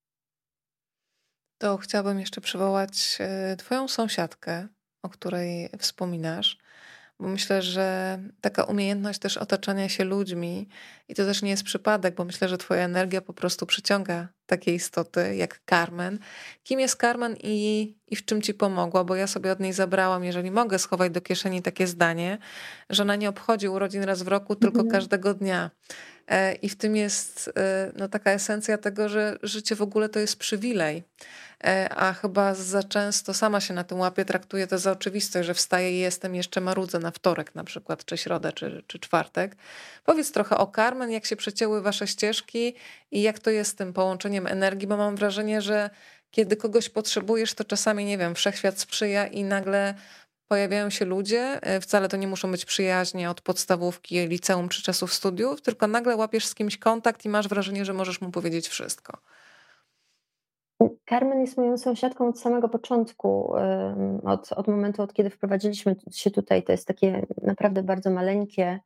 To chciałabym jeszcze przywołać e, twoją sąsiadkę, o której wspominasz, bo myślę, że taka umiejętność też otaczania się ludźmi i to też nie jest przypadek, bo myślę, że twoja energia po prostu przyciąga takie istoty jak Carmen. Kim jest Carmen i, i w czym ci pomogła? Bo ja sobie od niej zabrałam, jeżeli mogę schować do kieszeni takie zdanie, że ona nie obchodzi urodzin raz w roku, tylko Mhm. każdego dnia. E, I w tym jest e, no, taka esencja tego, że życie w ogóle to jest przywilej. E, A chyba za często sama się na tym łapię, traktuję to za oczywistość, że wstaję i jestem, jeszcze marudzę na wtorek na przykład, czy środę, czy, czy czwartek. Powiedz trochę o Carmen, jak się przecięły wasze ścieżki i jak to jest z tym połączeniem energii, bo mam wrażenie, że kiedy kogoś potrzebujesz, to czasami, nie wiem, wszechświat sprzyja i nagle pojawiają się ludzie, e, wcale to nie muszą być przyjaźnie od podstawówki, liceum czy czasów studiów, tylko nagle łapiesz z kimś kontakt i masz wrażenie, że możesz mu powiedzieć wszystko. Carmen jest moją sąsiadką od samego początku, ym, od, od momentu, od kiedy wprowadziliśmy się tutaj. To jest takie naprawdę bardzo maleńkie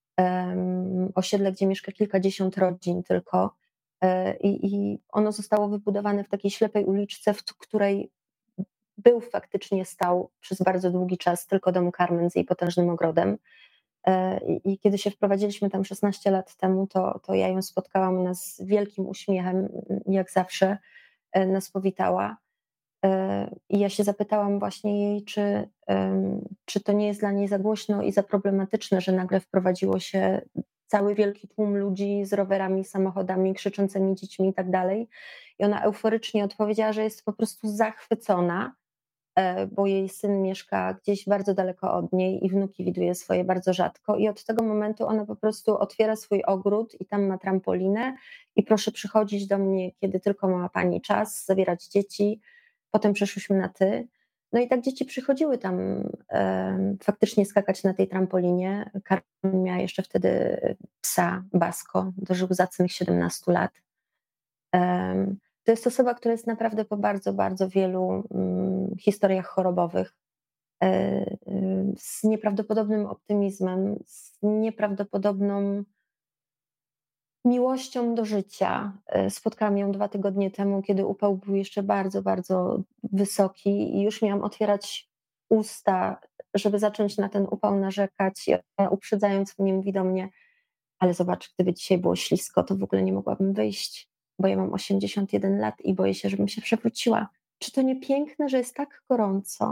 em, osiedle, gdzie mieszka kilkadziesiąt rodzin tylko. E, I, I ono zostało wybudowane w takiej ślepej uliczce, w t- której był faktycznie stał przez bardzo długi czas tylko dom Carmen z jej potężnym ogrodem. E, I, I kiedy się wprowadziliśmy tam szesnaście lat temu, to, to ja ją spotkałam, ona z wielkim uśmiechem, jak zawsze e, nas powitała. E, I ja się zapytałam właśnie jej, czy, em, czy to nie jest dla niej za głośno i za problematyczne, że nagle wprowadziło się cały wielki tłum ludzi z rowerami, samochodami, krzyczącymi dziećmi i tak dalej. I ona euforycznie odpowiedziała, że jest po prostu zachwycona, e, bo jej syn mieszka gdzieś bardzo daleko od niej i wnuki widuje swoje bardzo rzadko. I od tego momentu ona po prostu otwiera swój ogród i tam ma trampolinę i proszę przychodzić do mnie, kiedy tylko ma pani czas, zabierać dzieci. Potem przeszłyśmy na ty. No i tak dzieci przychodziły tam em, faktycznie skakać na tej trampolinie. Karmen miała jeszcze wtedy psa Basko, dożył zacnych siedemnastu lat. Em, To jest osoba, która jest naprawdę po bardzo, bardzo wielu mm, historiach chorobowych, e, e, z nieprawdopodobnym optymizmem, z nieprawdopodobną miłością do życia. E, Spotkałam ją dwa tygodnie temu, kiedy upał był jeszcze bardzo, bardzo wysoki i już miałam otwierać usta, żeby zacząć na ten upał narzekać. I ona, uprzedzając mnie, mówi do mnie: ale zobacz, gdyby dzisiaj było ślisko, to w ogóle nie mogłabym wyjść, bo ja mam osiemdziesiąt jeden lat i boję się, żebym się przewróciła. Czy to nie piękne, że jest tak gorąco?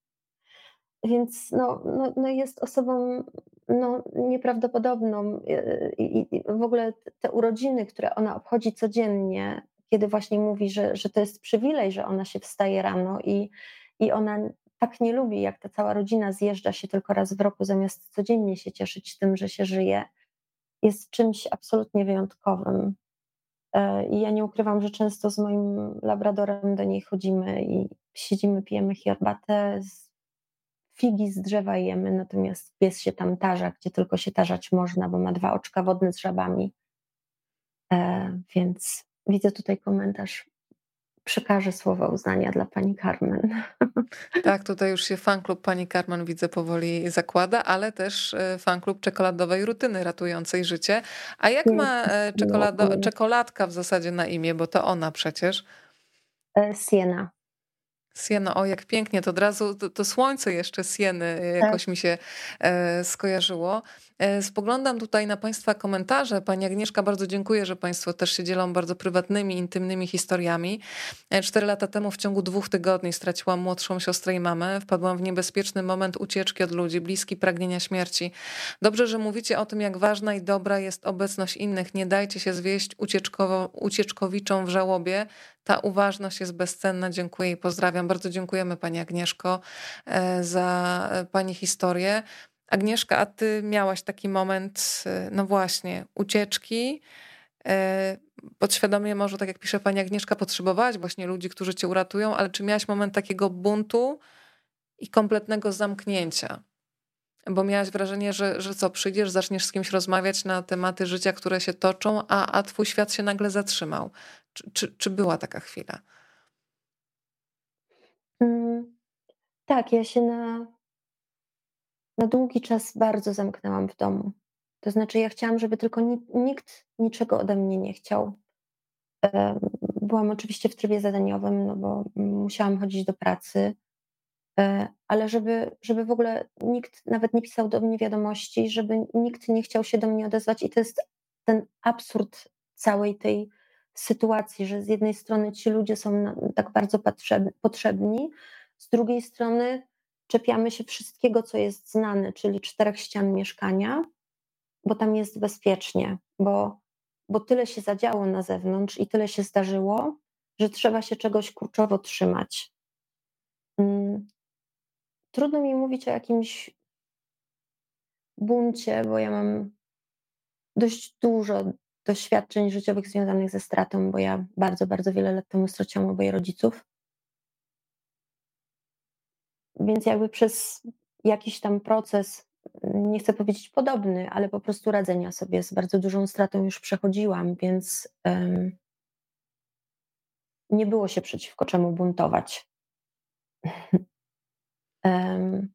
Więc no, no, no jest osobą no, nieprawdopodobną yy, i, i w ogóle te urodziny, które ona obchodzi codziennie, kiedy właśnie mówi, że, że to jest przywilej, że ona się wstaje rano i, i ona tak nie lubi, jak ta cała rodzina zjeżdża się tylko raz w roku, zamiast codziennie się cieszyć tym, że się żyje, jest czymś absolutnie wyjątkowym. E, I ja nie ukrywam, że często z moim labradorem do niej chodzimy i siedzimy, pijemy herbatę, figi z drzewa jemy, natomiast pies się tam tarza, gdzie tylko się tarzać można, bo ma dwa oczka wodne z żabami. E, więc widzę tutaj komentarz. Przekażę słowa uznania dla pani Carmen. Tak, tutaj już się fanklub pani Carmen widzę powoli zakłada, ale też e, fanklub czekoladowej rutyny ratującej życie. A jak ma Pięknie. e, No, czekolado, czekoladka w zasadzie na imię, bo to ona przecież. e, Siena. Siena, o jak pięknie, to od razu to, to słońce jeszcze Sieny Tak. jakoś mi się e, skojarzyło. E, spoglądam tutaj na Państwa komentarze. Pani Agnieszka, bardzo dziękuję, że Państwo też się dzielą bardzo prywatnymi, intymnymi historiami. E, Cztery lata temu w ciągu dwóch tygodni straciłam młodszą siostrę i mamę. Wpadłam w niebezpieczny moment ucieczki od ludzi, bliski pragnienia śmierci. Dobrze, że mówicie o tym, jak ważna i dobra jest obecność innych. Nie dajcie się zwieść ucieczkowo, ucieczkowiczom w żałobie. Ta uważność jest bezcenna. Dziękuję i pozdrawiam. Bardzo dziękujemy Pani Agnieszko e, za e, Pani historię. Agnieszka, a Ty miałaś taki moment, e, no właśnie, ucieczki. e, Podświadomie może, tak jak pisze Pani Agnieszka, potrzebowałaś właśnie ludzi, którzy Cię uratują, ale czy miałaś moment takiego buntu i kompletnego zamknięcia? Bo miałaś wrażenie, że, że co, przyjdziesz, zaczniesz z kimś rozmawiać na tematy życia, które się toczą, a, a Twój świat się nagle zatrzymał. Czy, czy, czy była taka chwila? Mm, tak, ja się na, na długi czas bardzo zamknęłam w domu. To znaczy, ja chciałam, żeby tylko ni- nikt niczego ode mnie nie chciał. Em, Byłam oczywiście w trybie zadaniowym, no bo musiałam chodzić do pracy, e, ale żeby, żeby w ogóle nikt nawet nie pisał do mnie wiadomości, żeby nikt nie chciał się do mnie odezwać. I to jest ten absurd całej tej sytuacji, że z jednej strony ci ludzie są nam tak bardzo patrze- potrzebni, z drugiej strony czepiamy się wszystkiego, co jest znane, czyli czterech ścian mieszkania, bo tam jest bezpiecznie, bo, bo tyle się zadziało na zewnątrz i tyle się zdarzyło, że trzeba się czegoś kurczowo trzymać. Mm, Trudno mi mówić o jakimś buncie, bo ja mam dość dużo doświadczeń życiowych związanych ze stratą, bo ja bardzo, bardzo wiele lat temu straciłam oboje rodziców. Więc jakby przez jakiś tam proces, nie chcę powiedzieć podobny, ale po prostu radzenia sobie z bardzo dużą stratą już przechodziłam, więc um, nie było się przeciwko czemu buntować. um,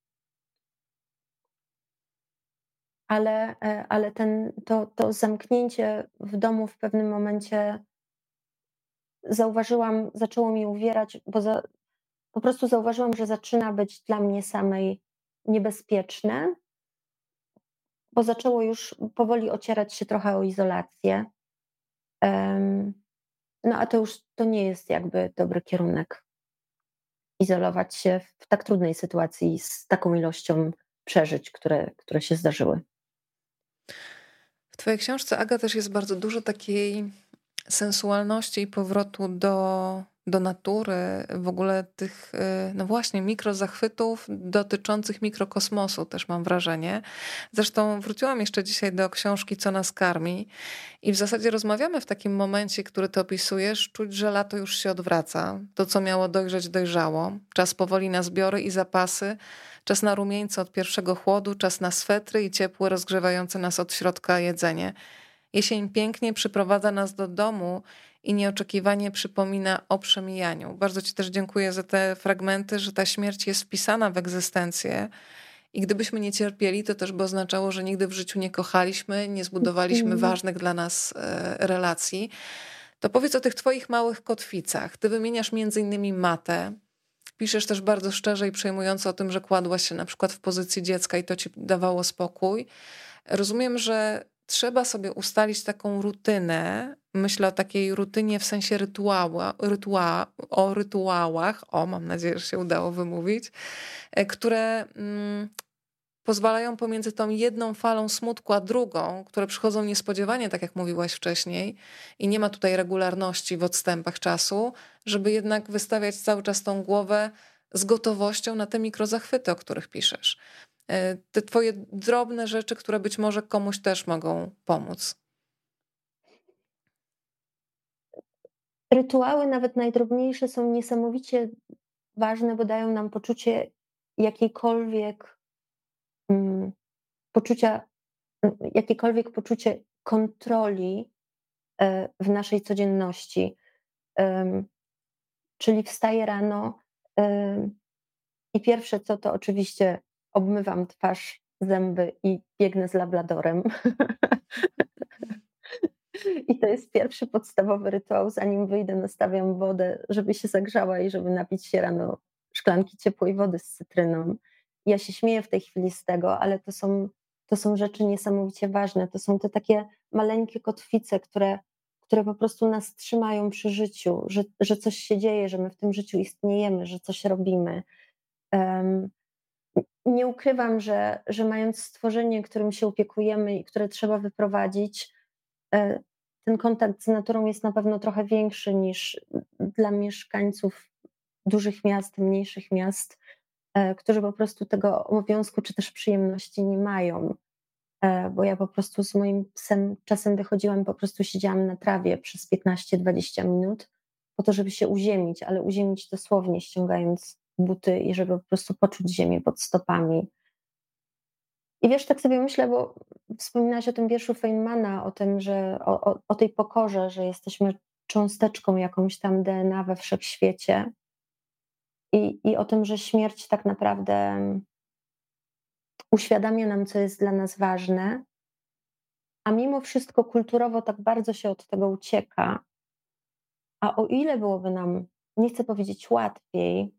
ale e, ale ten, to, to zamknięcie w domu w pewnym momencie zauważyłam, zaczęło mi uwierać, bo za, po prostu zauważyłam, że zaczyna być dla mnie samej niebezpieczne, bo zaczęło już powoli ocierać się trochę o izolację. Em, No a to już to nie jest jakby dobry kierunek. Izolować się w tak trudnej sytuacji z taką ilością przeżyć, które, które się zdarzyły. W Twojej książce, Aga, też jest bardzo dużo takiej sensualności i powrotu do, do natury, w ogóle tych, y, no właśnie, mikrozachwytów dotyczących mikrokosmosu, też mam wrażenie. Zresztą wróciłam jeszcze dzisiaj do książki Co nas karmi i w zasadzie rozmawiamy w takim momencie, który ty opisujesz, czuć, że lato już się odwraca. To, co miało dojrzeć, dojrzało. Czas powoli na zbiory i zapasy. Czas na rumieńce od pierwszego chłodu, czas na swetry i ciepłe, rozgrzewające nas od środka jedzenie. Jesień pięknie przyprowadza nas do domu i nieoczekiwanie przypomina o przemijaniu. Bardzo Ci też dziękuję za te fragmenty, że ta śmierć jest wpisana w egzystencję. I gdybyśmy nie cierpieli, to też by oznaczało, że nigdy w życiu nie kochaliśmy, nie zbudowaliśmy Mhm. ważnych dla nas e, relacji. To powiedz o tych Twoich małych kotwicach. Ty wymieniasz między innymi matę. Piszesz też bardzo szczerze i przejmująco o tym, że kładłaś się na przykład w pozycji dziecka i to ci dawało spokój. Rozumiem, że trzeba sobie ustalić taką rutynę. Myślę o takiej rutynie w sensie rytuała, rytua, o rytuałach, o mam nadzieję, że się udało wymówić, e, które mm, pozwalają pomiędzy tą jedną falą smutku a drugą, które przychodzą niespodziewanie, tak jak mówiłaś wcześniej, i nie ma tutaj regularności w odstępach czasu, żeby jednak wystawiać cały czas tą głowę z gotowością na te mikrozachwyty, o których piszesz. E, Te twoje drobne rzeczy, które być może komuś też mogą pomóc. Rytuały, nawet najdrobniejsze, są niesamowicie ważne, bo dają nam poczucie jakiejkolwiek mm, poczucia, jakiekolwiek poczucie kontroli e, w naszej codzienności. Em, Czyli wstaję rano em, i pierwsze co, to oczywiście obmywam twarz, zęby i biegnę z labradorem. I to jest pierwszy podstawowy rytuał. Zanim wyjdę, nastawiam wodę, żeby się zagrzała i żeby napić się rano szklanki ciepłej wody z cytryną. Ja się śmieję w tej chwili z tego, ale to są, to są rzeczy niesamowicie ważne. To są te takie maleńkie kotwice, które, które po prostu nas trzymają przy życiu, że, że coś się dzieje, że my w tym życiu istniejemy, że coś robimy. Um, nie ukrywam, że, że mając stworzenie, którym się opiekujemy i które trzeba wyprowadzić, e, ten kontakt z naturą jest na pewno trochę większy niż dla mieszkańców dużych miast, mniejszych miast, e, którzy po prostu tego obowiązku czy też przyjemności nie mają. E, Bo ja po prostu z moim psem czasem wychodziłam, po prostu siedziałam na trawie przez piętnaście dwadzieścia minut po to, żeby się uziemić, ale uziemić dosłownie, ściągając buty i żeby po prostu poczuć ziemię pod stopami. I wiesz, tak sobie myślę, bo wspominałaś o tym wierszu Feynmana, o tym, że o, o, o tej pokorze, że jesteśmy cząsteczką jakąś tam D N A we wszechświecie i, i o tym, że śmierć tak naprawdę uświadamia nam, co jest dla nas ważne, a mimo wszystko kulturowo tak bardzo się od tego ucieka. A o ile byłoby nam, nie chcę powiedzieć łatwiej,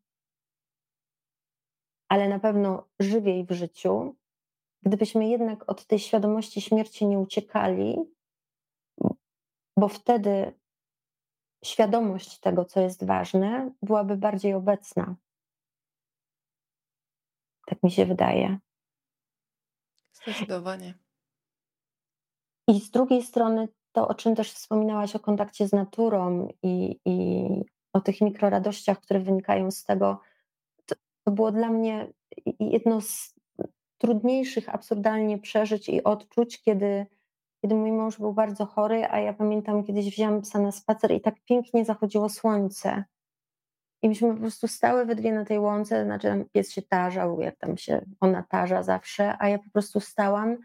ale na pewno żywiej w życiu, gdybyśmy jednak od tej świadomości śmierci nie uciekali, bo wtedy świadomość tego, co jest ważne, byłaby bardziej obecna. Tak mi się wydaje. Zdecydowanie. I z drugiej strony to, o czym też wspominałaś, o kontakcie z naturą i, i o tych mikroradościach, które wynikają z tego, to, to było dla mnie jedno z trudniejszych absurdalnie przeżyć i odczuć, kiedy, kiedy mój mąż był bardzo chory, a ja pamiętam, kiedyś wziąłam psa na spacer i tak pięknie zachodziło słońce. I myśmy po prostu stały we dwie na tej łące, znaczy tam pies się tarzał, jak tam się ona tarza zawsze, a ja po prostu stałam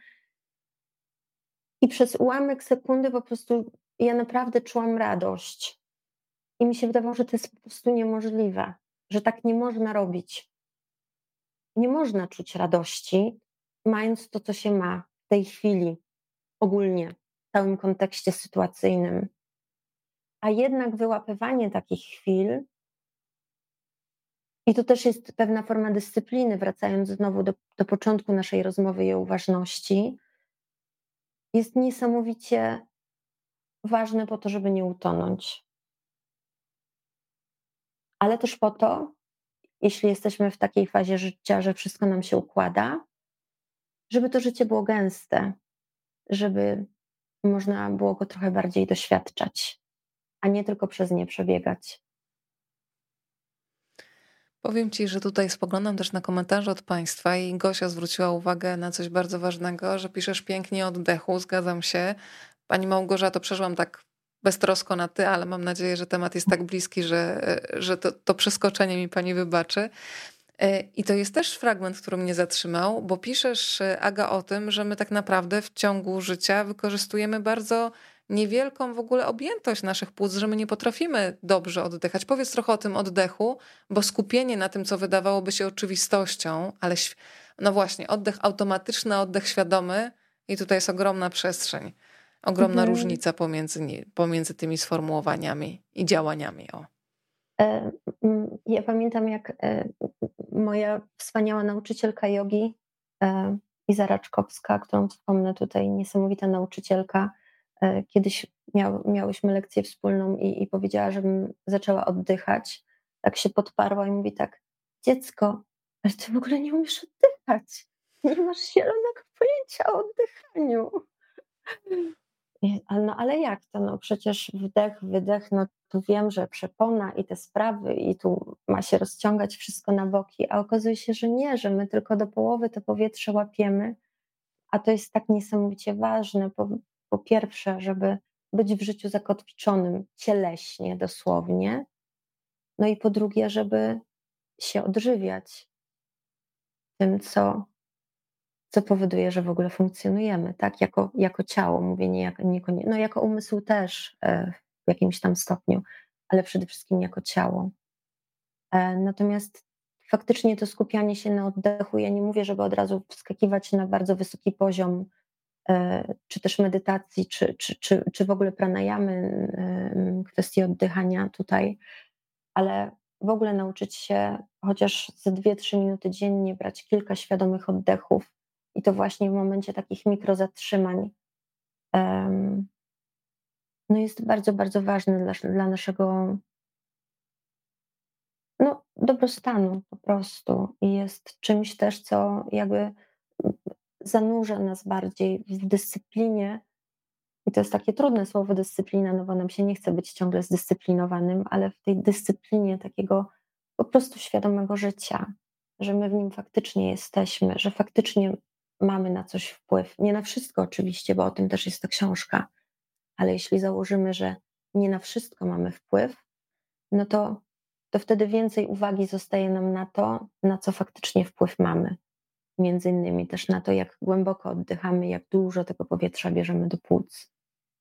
i przez ułamek sekundy po prostu ja naprawdę czułam radość. I mi się wydawało, że to jest po prostu niemożliwe, że tak nie można robić. Nie można czuć radości, mając to, co się ma w tej chwili, ogólnie, w całym kontekście sytuacyjnym. A jednak wyłapywanie takich chwil, i to też jest pewna forma dyscypliny, wracając znowu do, do początku naszej rozmowy i o uważności, jest niesamowicie ważne po to, żeby nie utonąć. Ale też po to, jeśli jesteśmy w takiej fazie życia, że wszystko nam się układa, żeby to życie było gęste, żeby można było go trochę bardziej doświadczać, a nie tylko przez nie przebiegać. Powiem Ci, że tutaj spoglądam też na komentarze od Państwa i Gosia zwróciła uwagę na coś bardzo ważnego, że piszesz pięknie o oddechu, zgadzam się. Pani Małgorzato, przeszłam tak beztrosko na ty, ale mam nadzieję, że temat jest tak bliski, że, że to, to przeskoczenie mi Pani wybaczy. I to jest też fragment, który mnie zatrzymał, bo piszesz, Aga, o tym, że my tak naprawdę w ciągu życia wykorzystujemy bardzo niewielką w ogóle objętość naszych płuc, że my nie potrafimy dobrze oddychać. Powiedz trochę o tym oddechu, bo skupienie na tym, co wydawałoby się oczywistością, ale no właśnie, oddech automatyczny, oddech świadomy i tutaj jest ogromna przestrzeń, ogromna Mhm. różnica pomiędzy, pomiędzy tymi sformułowaniami i działaniami. O. E, mm, Ja pamiętam, jak e, moja wspaniała nauczycielka jogi, e, Iza Raczkowska, którą wspomnę tutaj, niesamowita nauczycielka, e, kiedyś miał, miałyśmy lekcję wspólną i, i powiedziała, żebym zaczęła oddychać. Tak się podparła i mówi tak: dziecko, ale ty w ogóle nie umiesz oddychać. Nie masz zielonego pojęcia o oddychaniu. I- ale No ale jak to? No przecież wdech, wydech, no tu wiem, że przepona i te sprawy i tu ma się rozciągać wszystko na boki, a okazuje się, że nie, że my tylko do połowy to powietrze łapiemy, a to jest tak niesamowicie ważne. Po, po pierwsze, żeby być w życiu zakotwiczonym cieleśnie, dosłownie, no i po drugie, żeby się odżywiać. tym, co, co powoduje, że w ogóle funkcjonujemy, tak? Jako, jako ciało, mówię nie jako, niekonie, no jako umysł też e, w jakimś tam stopniu, ale przede wszystkim jako ciało. E, natomiast faktycznie to skupianie się na oddechu, ja nie mówię, żeby od razu wskakiwać na bardzo wysoki poziom, e, czy też medytacji, czy, czy, czy, czy w ogóle pranayamy, e, kwestii oddychania tutaj, ale w ogóle nauczyć się chociaż ze dwie trzy minuty dziennie brać kilka świadomych oddechów i to właśnie w momencie takich mikrozatrzymań, em, no jest bardzo, bardzo ważne dla, dla naszego no, dobrostanu po prostu i jest czymś też, co jakby zanurza nas bardziej w dyscyplinie. I to jest takie trudne słowo dyscyplina, no bo nam się nie chce być ciągle zdyscyplinowanym, ale w tej dyscyplinie takiego po prostu świadomego życia, że my w nim faktycznie jesteśmy, że faktycznie mamy na coś wpływ. Nie na wszystko oczywiście, bo o tym też jest ta książka, ale jeśli założymy, że nie na wszystko mamy wpływ, no to, to wtedy więcej uwagi zostaje nam na to, na co faktycznie wpływ mamy. Między innymi też na to, jak głęboko oddychamy, jak dużo tego powietrza bierzemy do płuc.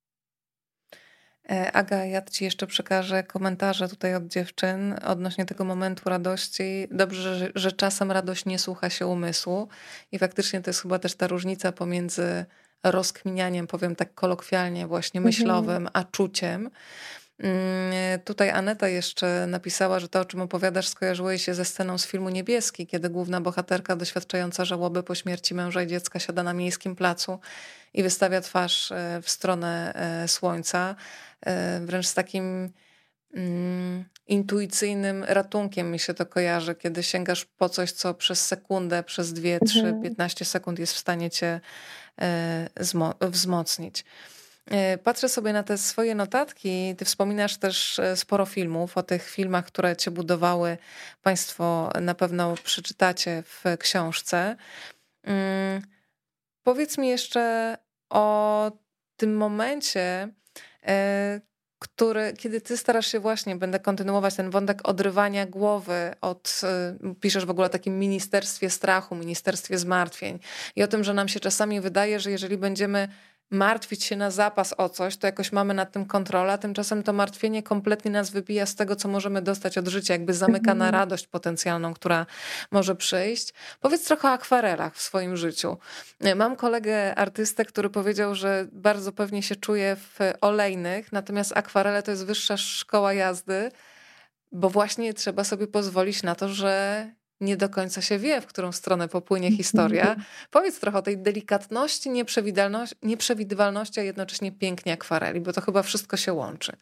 E, Aga, ja ci jeszcze przekażę komentarze tutaj od dziewczyn odnośnie tego momentu radości. Dobrze, że, że czasem radość nie słucha się umysłu i faktycznie to jest chyba też ta różnica pomiędzy rozkminianiem, powiem tak kolokwialnie, właśnie Mhm. myślowym, a czuciem. Mm, Tutaj Aneta jeszcze napisała, że to, o czym opowiadasz, skojarzyło jej się ze sceną z filmu Niebieski, kiedy główna bohaterka doświadczająca żałoby po śmierci męża i dziecka siada na miejskim placu i wystawia twarz e, w stronę e, słońca, e, wręcz z takim mm, intuicyjnym ratunkiem mi się to kojarzy, kiedy sięgasz po coś, co przez sekundę, przez dwie, trzy, Mhm. piętnaście sekund jest w stanie cię e, zmo- wzmocnić. E, Patrzę sobie na te swoje notatki. Ty wspominasz też e, sporo filmów. O tych filmach, które cię budowały, Państwo na pewno przeczytacie w książce. Mm, Powiedz mi jeszcze o tym momencie, e, który, kiedy ty starasz się właśnie, będę kontynuować ten wątek odrywania głowy od, e, piszesz w ogóle o takim ministerstwie strachu, ministerstwie zmartwień i o tym, że nam się czasami wydaje, że jeżeli będziemy martwić się na zapas o coś, to jakoś mamy nad tym kontrolę, a tymczasem to martwienie kompletnie nas wybija z tego, co możemy dostać od życia, jakby zamyka na Mhm. radość potencjalną, która może przyjść. Powiedz trochę o akwarelach w swoim życiu. Mam kolegę artystę, który powiedział, że bardzo pewnie się czuje w olejnych, natomiast akwarele to jest wyższa szkoła jazdy, bo właśnie trzeba sobie pozwolić na to, że nie do końca się wie, w którą stronę popłynie historia. Mhm. Powiedz trochę o tej delikatności, nieprzewidywalności, nieprzewidywalności, a jednocześnie pięknie akwareli, bo to chyba wszystko się łączy.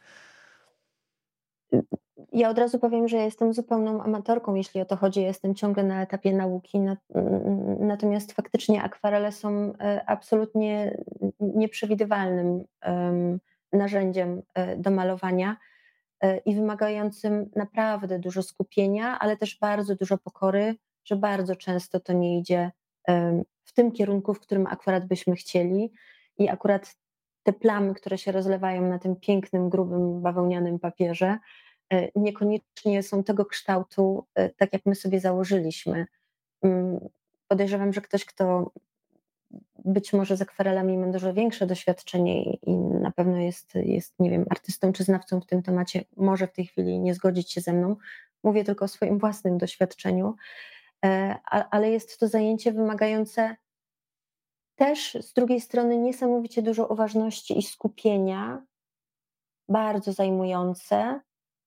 Ja od razu powiem, że ja jestem zupełną amatorką, jeśli o to chodzi. Ja jestem ciągle na etapie nauki, natomiast faktycznie akwarele są e, absolutnie nieprzewidywalnym em, narzędziem e, do malowania e, i wymagającym naprawdę dużo skupienia, ale też bardzo dużo pokory, że bardzo często to nie idzie em, w tym kierunku, w którym akurat byśmy chcieli. I akurat te plamy, które się rozlewają na tym pięknym, grubym, bawełnianym papierze, e, niekoniecznie są tego kształtu, e, tak jak my sobie założyliśmy. Mm, Podejrzewam, że ktoś, kto być może z akwarelami ma dużo większe doświadczenie i i na pewno jest, jest, nie wiem, artystą czy znawcą w tym temacie, może w tej chwili nie zgodzić się ze mną. Mówię tylko o swoim własnym doświadczeniu, e, a- ale jest to zajęcie wymagające też z drugiej strony niesamowicie dużo uważności i skupienia, bardzo zajmujące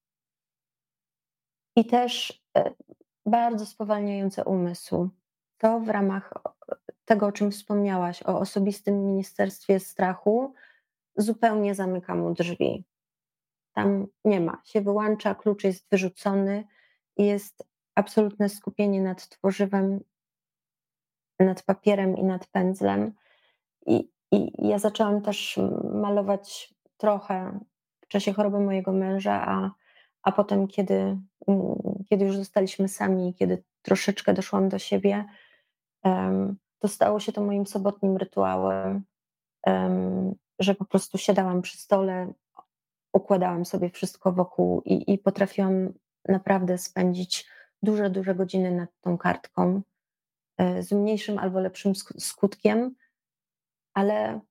i też e, bardzo spowalniające umysł. To w ramach o- tego, o czym wspomniałaś, o osobistym ministerstwie strachu, zupełnie zamyka mu drzwi. Tam nie ma, się wyłącza, klucz jest wyrzucony i jest absolutne skupienie nad tworzywem, nad papierem i nad pędzlem. I, i ja zaczęłam też malować trochę w czasie choroby mojego męża, a, a potem, kiedy, mm, kiedy już zostaliśmy sami, kiedy troszeczkę doszłam do siebie, em, to stało się to moim sobotnim rytuałem, em, że po prostu siadałam przy stole, układałam sobie wszystko wokół i, i potrafiłam naprawdę spędzić duże, duże godziny nad tą kartką. z mniejszym albo lepszym skutkiem, ale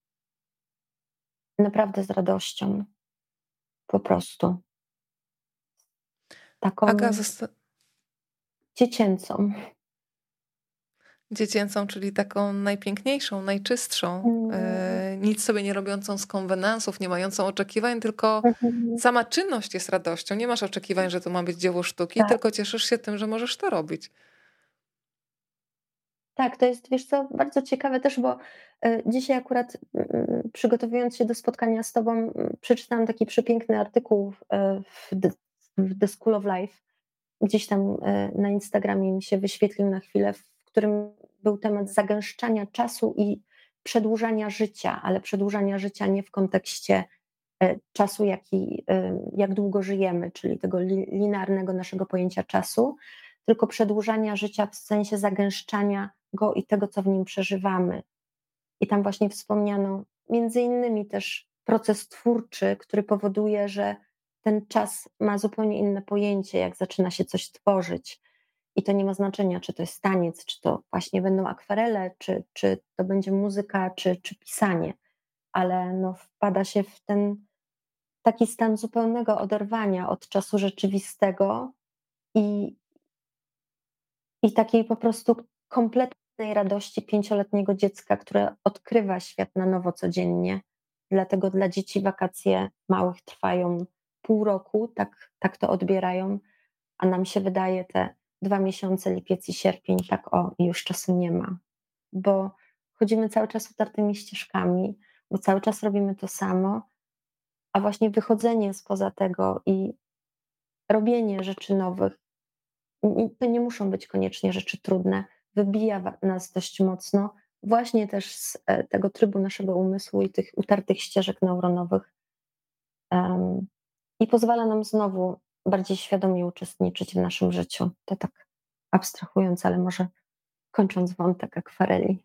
naprawdę z radością. Po prostu. Aga, Taką zosta- dziecięcą. dziecięcą, czyli taką najpiękniejszą, najczystszą, Mm, e, nic sobie nie robiącą z konwenansów, nie mającą oczekiwań, tylko mhm. sama czynność jest radością. Nie masz oczekiwań, że to ma być dzieło sztuki, Tak, tylko cieszysz się tym, że możesz to robić. tak, to jest, wiesz co, bardzo ciekawe też, bo e, dzisiaj akurat mm, przygotowując się do spotkania z tobą, mm, przeczytałam taki przepiękny artykuł e, w The, w The School of Life. Gdzieś tam e, na Instagramie mi się wyświetlił na chwilę, w którym był temat zagęszczania czasu i przedłużania życia, ale przedłużania życia nie w kontekście e, czasu, jaki, e, jak długo żyjemy, czyli tego li- linearnego naszego pojęcia czasu, tylko przedłużania życia w sensie zagęszczania go i tego, co w nim przeżywamy. I tam właśnie wspomniano między innymi też proces twórczy, który powoduje, że ten czas ma zupełnie inne pojęcie, jak zaczyna się coś tworzyć. I to nie ma znaczenia, czy to jest taniec, czy to właśnie będą akwarele, czy, czy to będzie muzyka, czy, czy pisanie, ale no wpada się w ten taki stan zupełnego oderwania od czasu rzeczywistego i, i takiej po prostu kompletnej radości pięcioletniego dziecka, które odkrywa świat na nowo codziennie. Dlatego dla dzieci wakacje małych trwają pół roku, tak, tak to odbierają, a nam się wydaje te dwa miesiące, lipiec i sierpień, tak o, i już czasu nie ma. Bo chodzimy cały czas utartymi ścieżkami, bo cały czas robimy to samo, a właśnie wychodzenie spoza tego i robienie rzeczy nowych, i to nie muszą być koniecznie rzeczy trudne, wybija wa- nas dość mocno, właśnie też z e, tego trybu naszego umysłu i tych utartych ścieżek neuronowych. em, I pozwala nam znowu bardziej świadomie uczestniczyć w naszym życiu. To tak abstrahując, ale może kończąc wątek akwareli.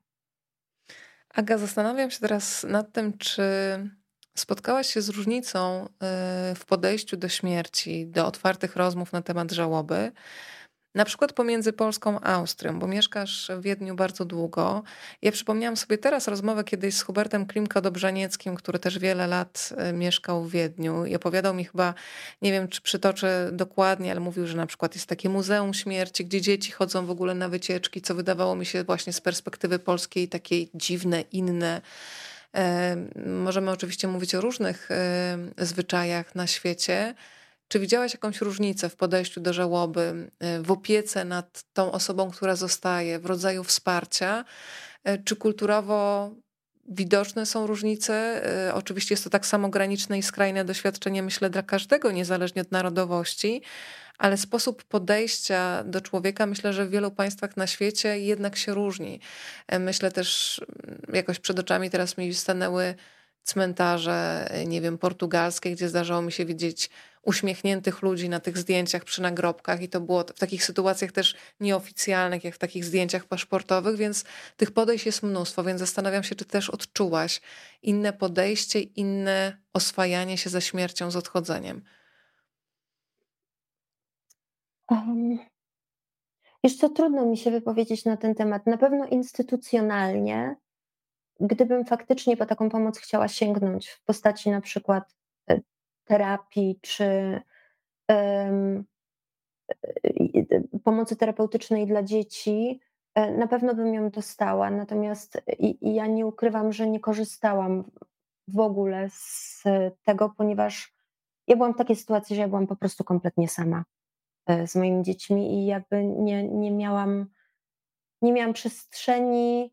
Aga, zastanawiam się teraz nad tym, czy spotkałaś się z różnicą y, w podejściu do śmierci, do otwartych rozmów na temat żałoby, na przykład pomiędzy Polską a Austrią, bo mieszkasz w Wiedniu bardzo długo. Ja przypomniałam sobie teraz rozmowę kiedyś z Hubertem Klimko-Dobrzanieckim, który też wiele lat y, mieszkał w Wiedniu i opowiadał mi chyba, nie wiem czy przytoczę dokładnie, ale mówił, że na przykład jest takie Muzeum Śmierci, gdzie dzieci chodzą w ogóle na wycieczki, co wydawało mi się właśnie z perspektywy polskiej takiej dziwne, inne. E, Możemy oczywiście mówić o różnych e, zwyczajach na świecie. Czy widziałaś jakąś różnicę w podejściu do żałoby, e, w opiece nad tą osobą, która zostaje, w rodzaju wsparcia? E, Czy kulturowo widoczne są różnice? E, Oczywiście jest to tak samo graniczne i skrajne doświadczenie, myślę, dla każdego, niezależnie od narodowości, ale sposób podejścia do człowieka myślę, że w wielu państwach na świecie jednak się różni. E, Myślę też, mm, jakoś przed oczami teraz mi stanęły cmentarze, e, nie wiem, portugalskie, gdzie zdarzało mi się widzieć uśmiechniętych ludzi na tych zdjęciach przy nagrobkach i to było w takich sytuacjach też nieoficjalnych, jak w takich zdjęciach paszportowych, więc tych podejść jest mnóstwo, więc zastanawiam się, czy też odczułaś inne podejście, inne oswajanie się ze śmiercią, z odchodzeniem. Um, Wiesz co, trudno mi się wypowiedzieć na ten temat. Na pewno instytucjonalnie, gdybym faktycznie po taką pomoc chciała sięgnąć w postaci na przykład e, terapii czy em, i- i- pomocy terapeutycznej dla dzieci, e, na pewno bym ją dostała. Natomiast i, i ja nie ukrywam, że nie korzystałam w ogóle z tego, ponieważ ja byłam w takiej sytuacji, że ja byłam po prostu kompletnie sama e, z moimi dziećmi i jakby nie, nie miałam, nie miałam przestrzeni,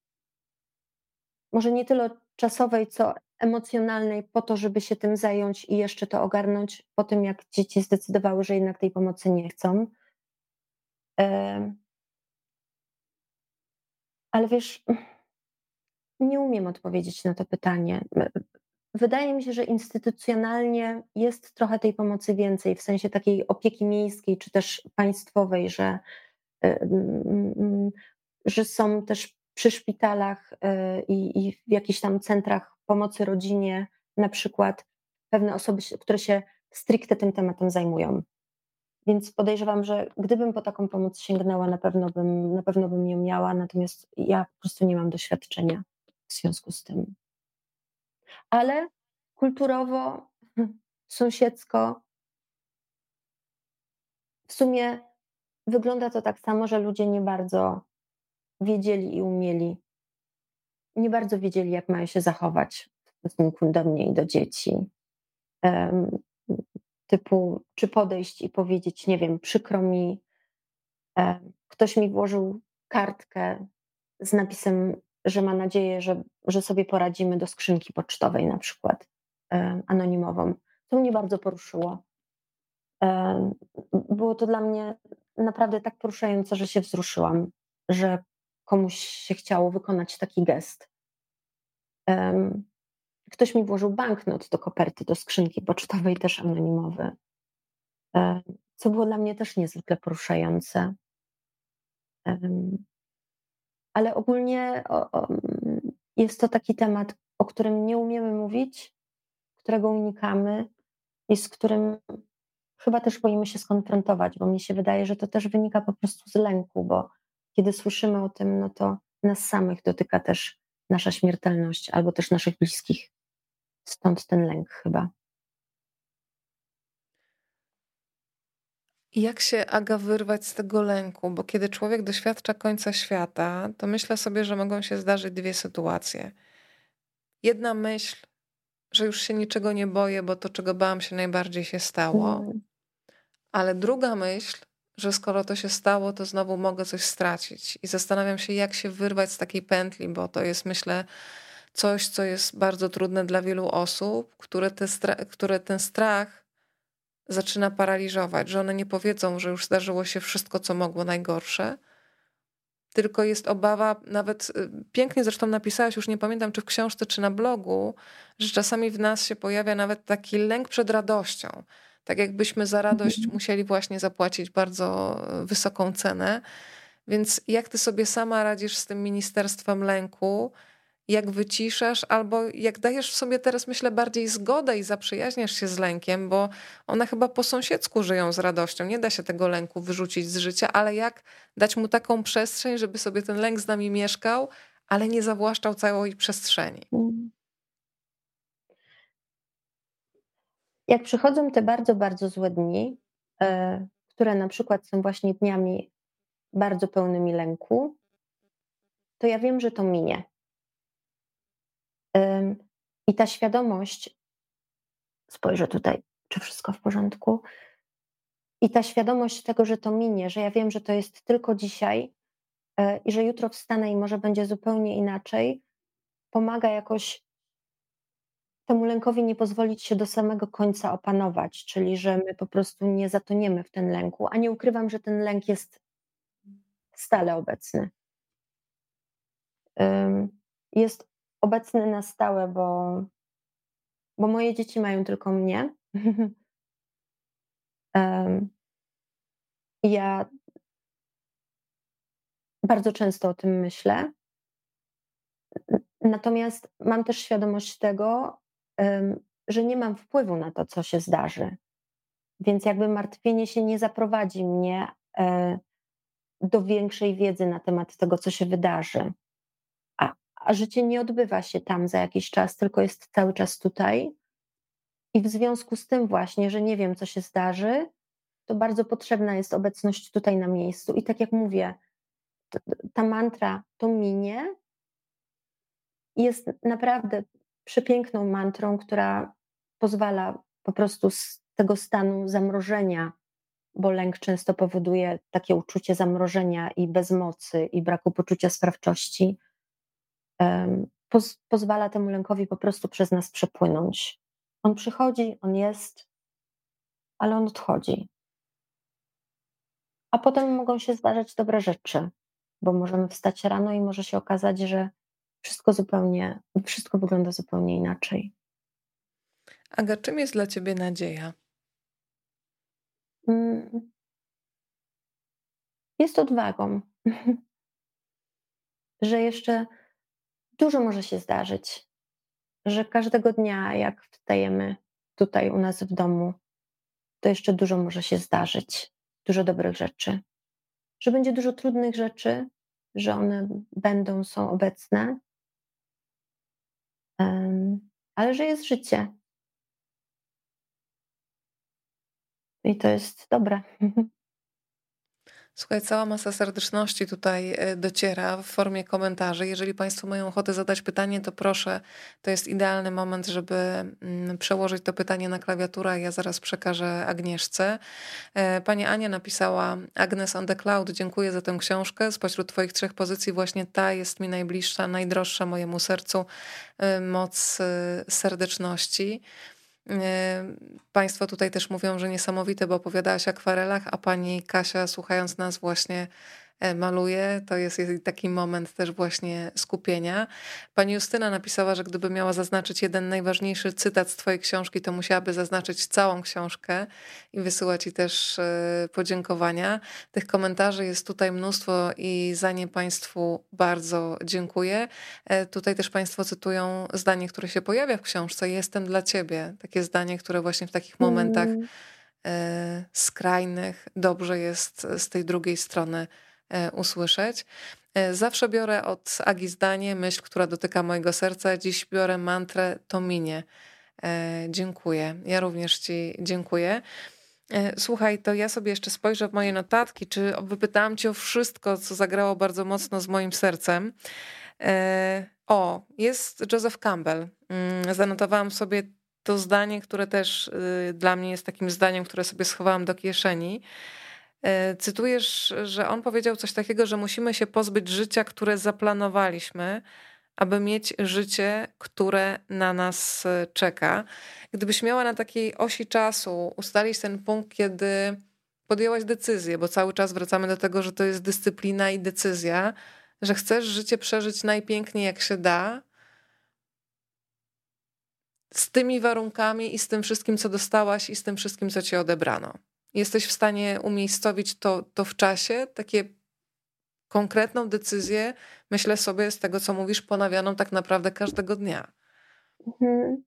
może nie tyle czasowej, co emocjonalnej po to, żeby się tym zająć i jeszcze to ogarnąć po tym, jak dzieci zdecydowały, że jednak tej pomocy nie chcą. Em, Ale wiesz, nie umiem odpowiedzieć na to pytanie. Wydaje mi się, że instytucjonalnie jest trochę tej pomocy więcej, w sensie takiej opieki miejskiej czy też państwowej, że, y, mm, mm, że są też przy szpitalach y, i, i w jakichś tam centrach pomocy rodzinie, na przykład pewne osoby, się- które się stricte tym tematem zajmują. Więc podejrzewam, że gdybym po taką pomoc sięgnęła, na pewno bym, na pewno bym ją miała, natomiast ja po prostu nie mam doświadczenia w związku z tym. Ale kulturowo, sąsiedzko, w sumie wygląda to tak samo, że ludzie nie bardzo wiedzieli i umieli, nie bardzo wiedzieli, jak mają się zachować w stosunku do mnie i do dzieci. Em, typu, czy podejść i powiedzieć, nie wiem, przykro mi, e, ktoś mi włożył kartkę z napisem, że ma nadzieję, że, że sobie poradzimy, do skrzynki pocztowej na przykład, e, anonimową. To mnie bardzo poruszyło. E, Było to dla mnie naprawdę tak poruszające, że się wzruszyłam, że komuś się chciało wykonać taki gest. Em, Ktoś mi włożył banknot do koperty, do skrzynki pocztowej, też anonimowy, e, co było dla mnie też niezwykle poruszające. Em, Ale ogólnie o, o, mm, jest to taki temat, o którym nie umiemy mówić, którego unikamy i z którym chyba też boimy się skonfrontować, bo mi się wydaje, że to też wynika po prostu z lęku, bo kiedy słyszymy o tym, no to nas samych dotyka też nasza śmiertelność albo też naszych bliskich. Stąd ten lęk chyba. I jak się, Aga, wyrwać z tego lęku? Bo kiedy człowiek doświadcza końca świata, to myślę sobie, że mogą się zdarzyć dwie sytuacje. Jedna myśl, że już się niczego nie boję, bo to, czego bałam się najbardziej, się stało. Mm, Ale druga myśl, że skoro to się stało, to znowu mogę coś stracić. I zastanawiam się, jak się wyrwać z takiej pętli, bo to jest, myślę, coś, co jest bardzo trudne dla wielu osób, które, te stra- które ten strach zaczyna paraliżować, że one nie powiedzą, że już zdarzyło się wszystko, co mogło najgorsze, tylko jest obawa, nawet y, pięknie zresztą napisałaś, już nie pamiętam, czy w książce, czy na blogu, że czasami w nas się pojawia nawet taki lęk przed radością. Tak jakbyśmy za radość mhm. musieli właśnie zapłacić bardzo wysoką cenę. Więc jak ty sobie sama radzisz z tym ministerstwem lęku? Jak wyciszasz, albo jak dajesz w sobie teraz, myślę, bardziej zgodę i zaprzyjaźniasz się z lękiem, bo one chyba po sąsiedzku żyją z radością. Nie da się tego lęku wyrzucić z życia, ale jak dać mu taką przestrzeń, żeby sobie ten lęk z nami mieszkał, ale nie zawłaszczał całej przestrzeni. Mm. Jak przychodzą te bardzo, bardzo złe dni, e, które na przykład są właśnie dniami bardzo pełnymi lęku, to ja wiem, że to minie. Ym, I ta świadomość, spojrzę tutaj, czy wszystko w porządku, i ta świadomość tego, że to minie, że ja wiem, że to jest tylko dzisiaj, e, i że jutro wstanę i może będzie zupełnie inaczej, pomaga jakoś temu lękowi nie pozwolić się do samego końca opanować, czyli że my po prostu nie zatoniemy w ten lęku, a nie ukrywam, że ten lęk jest stale obecny. Ym, Jest obecny na stałe, bo, bo moje dzieci mają tylko mnie. Em, I ja bardzo często o tym myślę. Natomiast mam też świadomość tego, em, że nie mam wpływu na to, co się zdarzy. Więc jakby martwienie się nie zaprowadzi mnie e, do większej wiedzy na temat tego, co się wydarzy. A, a życie nie odbywa się tam za jakiś czas, tylko jest cały czas tutaj. I w związku z tym właśnie, że nie wiem, co się zdarzy, to bardzo potrzebna jest obecność tutaj na miejscu. I tak jak mówię, t- ta mantra to minie jest naprawdę przepiękną mantrą, która pozwala po prostu z tego stanu zamrożenia, bo lęk często powoduje takie uczucie zamrożenia i bezmocy i braku poczucia sprawczości, em, poz, pozwala temu lękowi po prostu przez nas przepłynąć. On przychodzi, on jest, ale on odchodzi. A potem mogą się zdarzać dobre rzeczy, bo możemy wstać rano i może się okazać, że wszystko zupełnie, wszystko wygląda zupełnie inaczej. Aga, czym jest dla ciebie nadzieja? Mm, Jest odwagą, że jeszcze dużo może się zdarzyć, że każdego dnia, jak wstajemy tutaj u nas w domu, to jeszcze dużo może się zdarzyć. dużo dobrych rzeczy. Że będzie dużo trudnych rzeczy, że one będą, są obecne, ale że jest życie. I to jest dobre. Słuchaj, cała masa serdeczności tutaj e, dociera w formie komentarzy. Jeżeli Państwo mają ochotę zadać pytanie, to proszę, to jest idealny moment, żeby mm, przełożyć to pytanie na klawiaturę, a ja zaraz przekażę Agnieszce. E, Pani Ania napisała: Agnes on the Cloud, dziękuję za tę książkę. Spośród Twoich trzech pozycji właśnie ta jest mi najbliższa, najdroższa mojemu sercu. E, Moc e, serdeczności. Państwo tutaj też mówią, że niesamowite, bo opowiadałaś o akwarelach, a pani Kasia, słuchając nas, właśnie maluje. To jest taki moment też właśnie skupienia. Pani Justyna napisała, że gdyby miała zaznaczyć jeden najważniejszy cytat z twojej książki, to musiałaby zaznaczyć całą książkę i wysyłać ci też podziękowania. Tych komentarzy jest tutaj mnóstwo i za nie Państwu bardzo dziękuję. Tutaj też Państwo cytują zdanie, które się pojawia w książce: jestem dla ciebie. Takie zdanie, które właśnie w takich momentach Mm. skrajnych dobrze jest z tej drugiej strony usłyszeć. Zawsze biorę od Agi zdanie, myśl, która dotyka mojego serca. Dziś biorę mantrę, to minie. Dziękuję. Ja również ci dziękuję. Słuchaj, to ja sobie jeszcze spojrzę w moje notatki, czy wypytałam cię o wszystko, co zagrało bardzo mocno z moim sercem. O, jest Joseph Campbell. Zanotowałam sobie to zdanie, które też dla mnie jest takim zdaniem, które sobie schowałam do kieszeni. Cytujesz, że on powiedział coś takiego, że musimy się pozbyć życia, które zaplanowaliśmy, aby mieć życie, które na nas czeka. Gdybyś miała na takiej osi czasu ustalić ten punkt, kiedy podjęłaś decyzję, bo cały czas wracamy do tego, że to jest dyscyplina i decyzja, że chcesz życie przeżyć najpiękniej jak się da, z tymi warunkami i z tym wszystkim, co dostałaś i z tym wszystkim, co ci odebrano. Jesteś w stanie umiejscowić to, to w czasie, takie konkretną decyzję, myślę sobie z tego, co mówisz, ponawianą tak naprawdę każdego dnia. Mhm.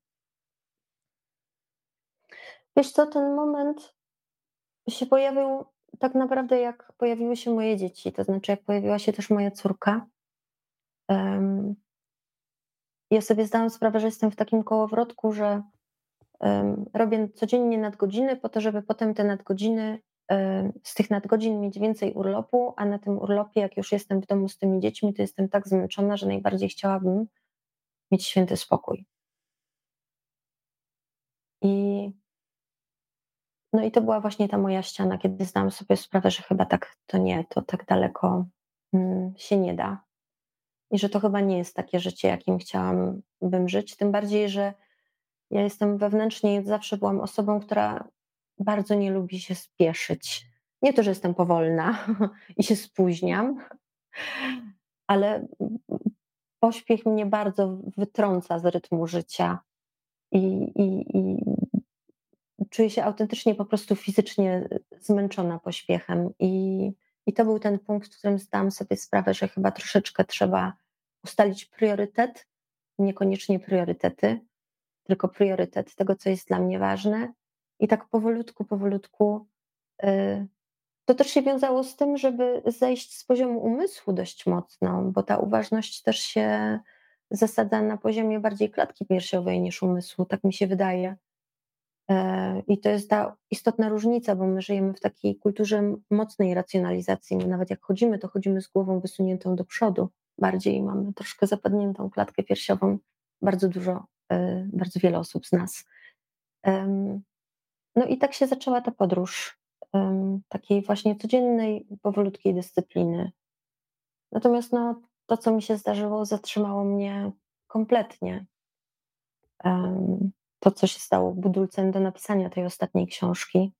Wiesz co, ten moment się pojawił tak naprawdę, jak pojawiły się moje dzieci, to znaczy jak pojawiła się też moja córka. Um, ja sobie zdałam sprawę, że jestem w takim kołowrotku, że um, robię codziennie nadgodziny po to, żeby potem te nadgodziny, um, z tych nadgodzin mieć więcej urlopu, a na tym urlopie, jak już jestem w domu z tymi dziećmi, to jestem tak zmęczona, że najbardziej chciałabym mieć święty spokój. I no i to była właśnie ta moja ściana, kiedy zdałam sobie sprawę, że chyba tak to nie, to tak daleko mm, się nie da. I że to chyba nie jest takie życie, jakim chciałabym żyć. Tym bardziej, że ja jestem wewnętrznie, zawsze byłam osobą, która bardzo nie lubi się spieszyć. Nie to, że jestem powolna i się spóźniam, ale pośpiech mnie bardzo wytrąca z rytmu życia i, i, i czuję się autentycznie po prostu fizycznie zmęczona pośpiechem. I, I to był ten punkt, w którym zdałam sobie sprawę, że chyba troszeczkę trzeba ustalić priorytet, niekoniecznie priorytety, tylko priorytet tego, co jest dla mnie ważne. I tak powolutku, powolutku. Yy, to też się wiązało z tym, żeby zejść z poziomu umysłu dość mocno, bo ta uważność też się zasadza na poziomie bardziej klatki piersiowej niż umysłu, tak mi się wydaje. I to jest ta istotna różnica, bo my żyjemy w takiej kulturze mocnej racjonalizacji. My nawet jak chodzimy, to chodzimy z głową wysuniętą do przodu. Bardziej mamy troszkę zapadniętą klatkę piersiową. Bardzo dużo, bardzo wiele osób z nas. No i tak się zaczęła ta podróż takiej właśnie codziennej, powolutkiej dyscypliny. Natomiast no, to, co mi się zdarzyło, zatrzymało mnie kompletnie. To, co się stało budulcem do napisania tej ostatniej książki,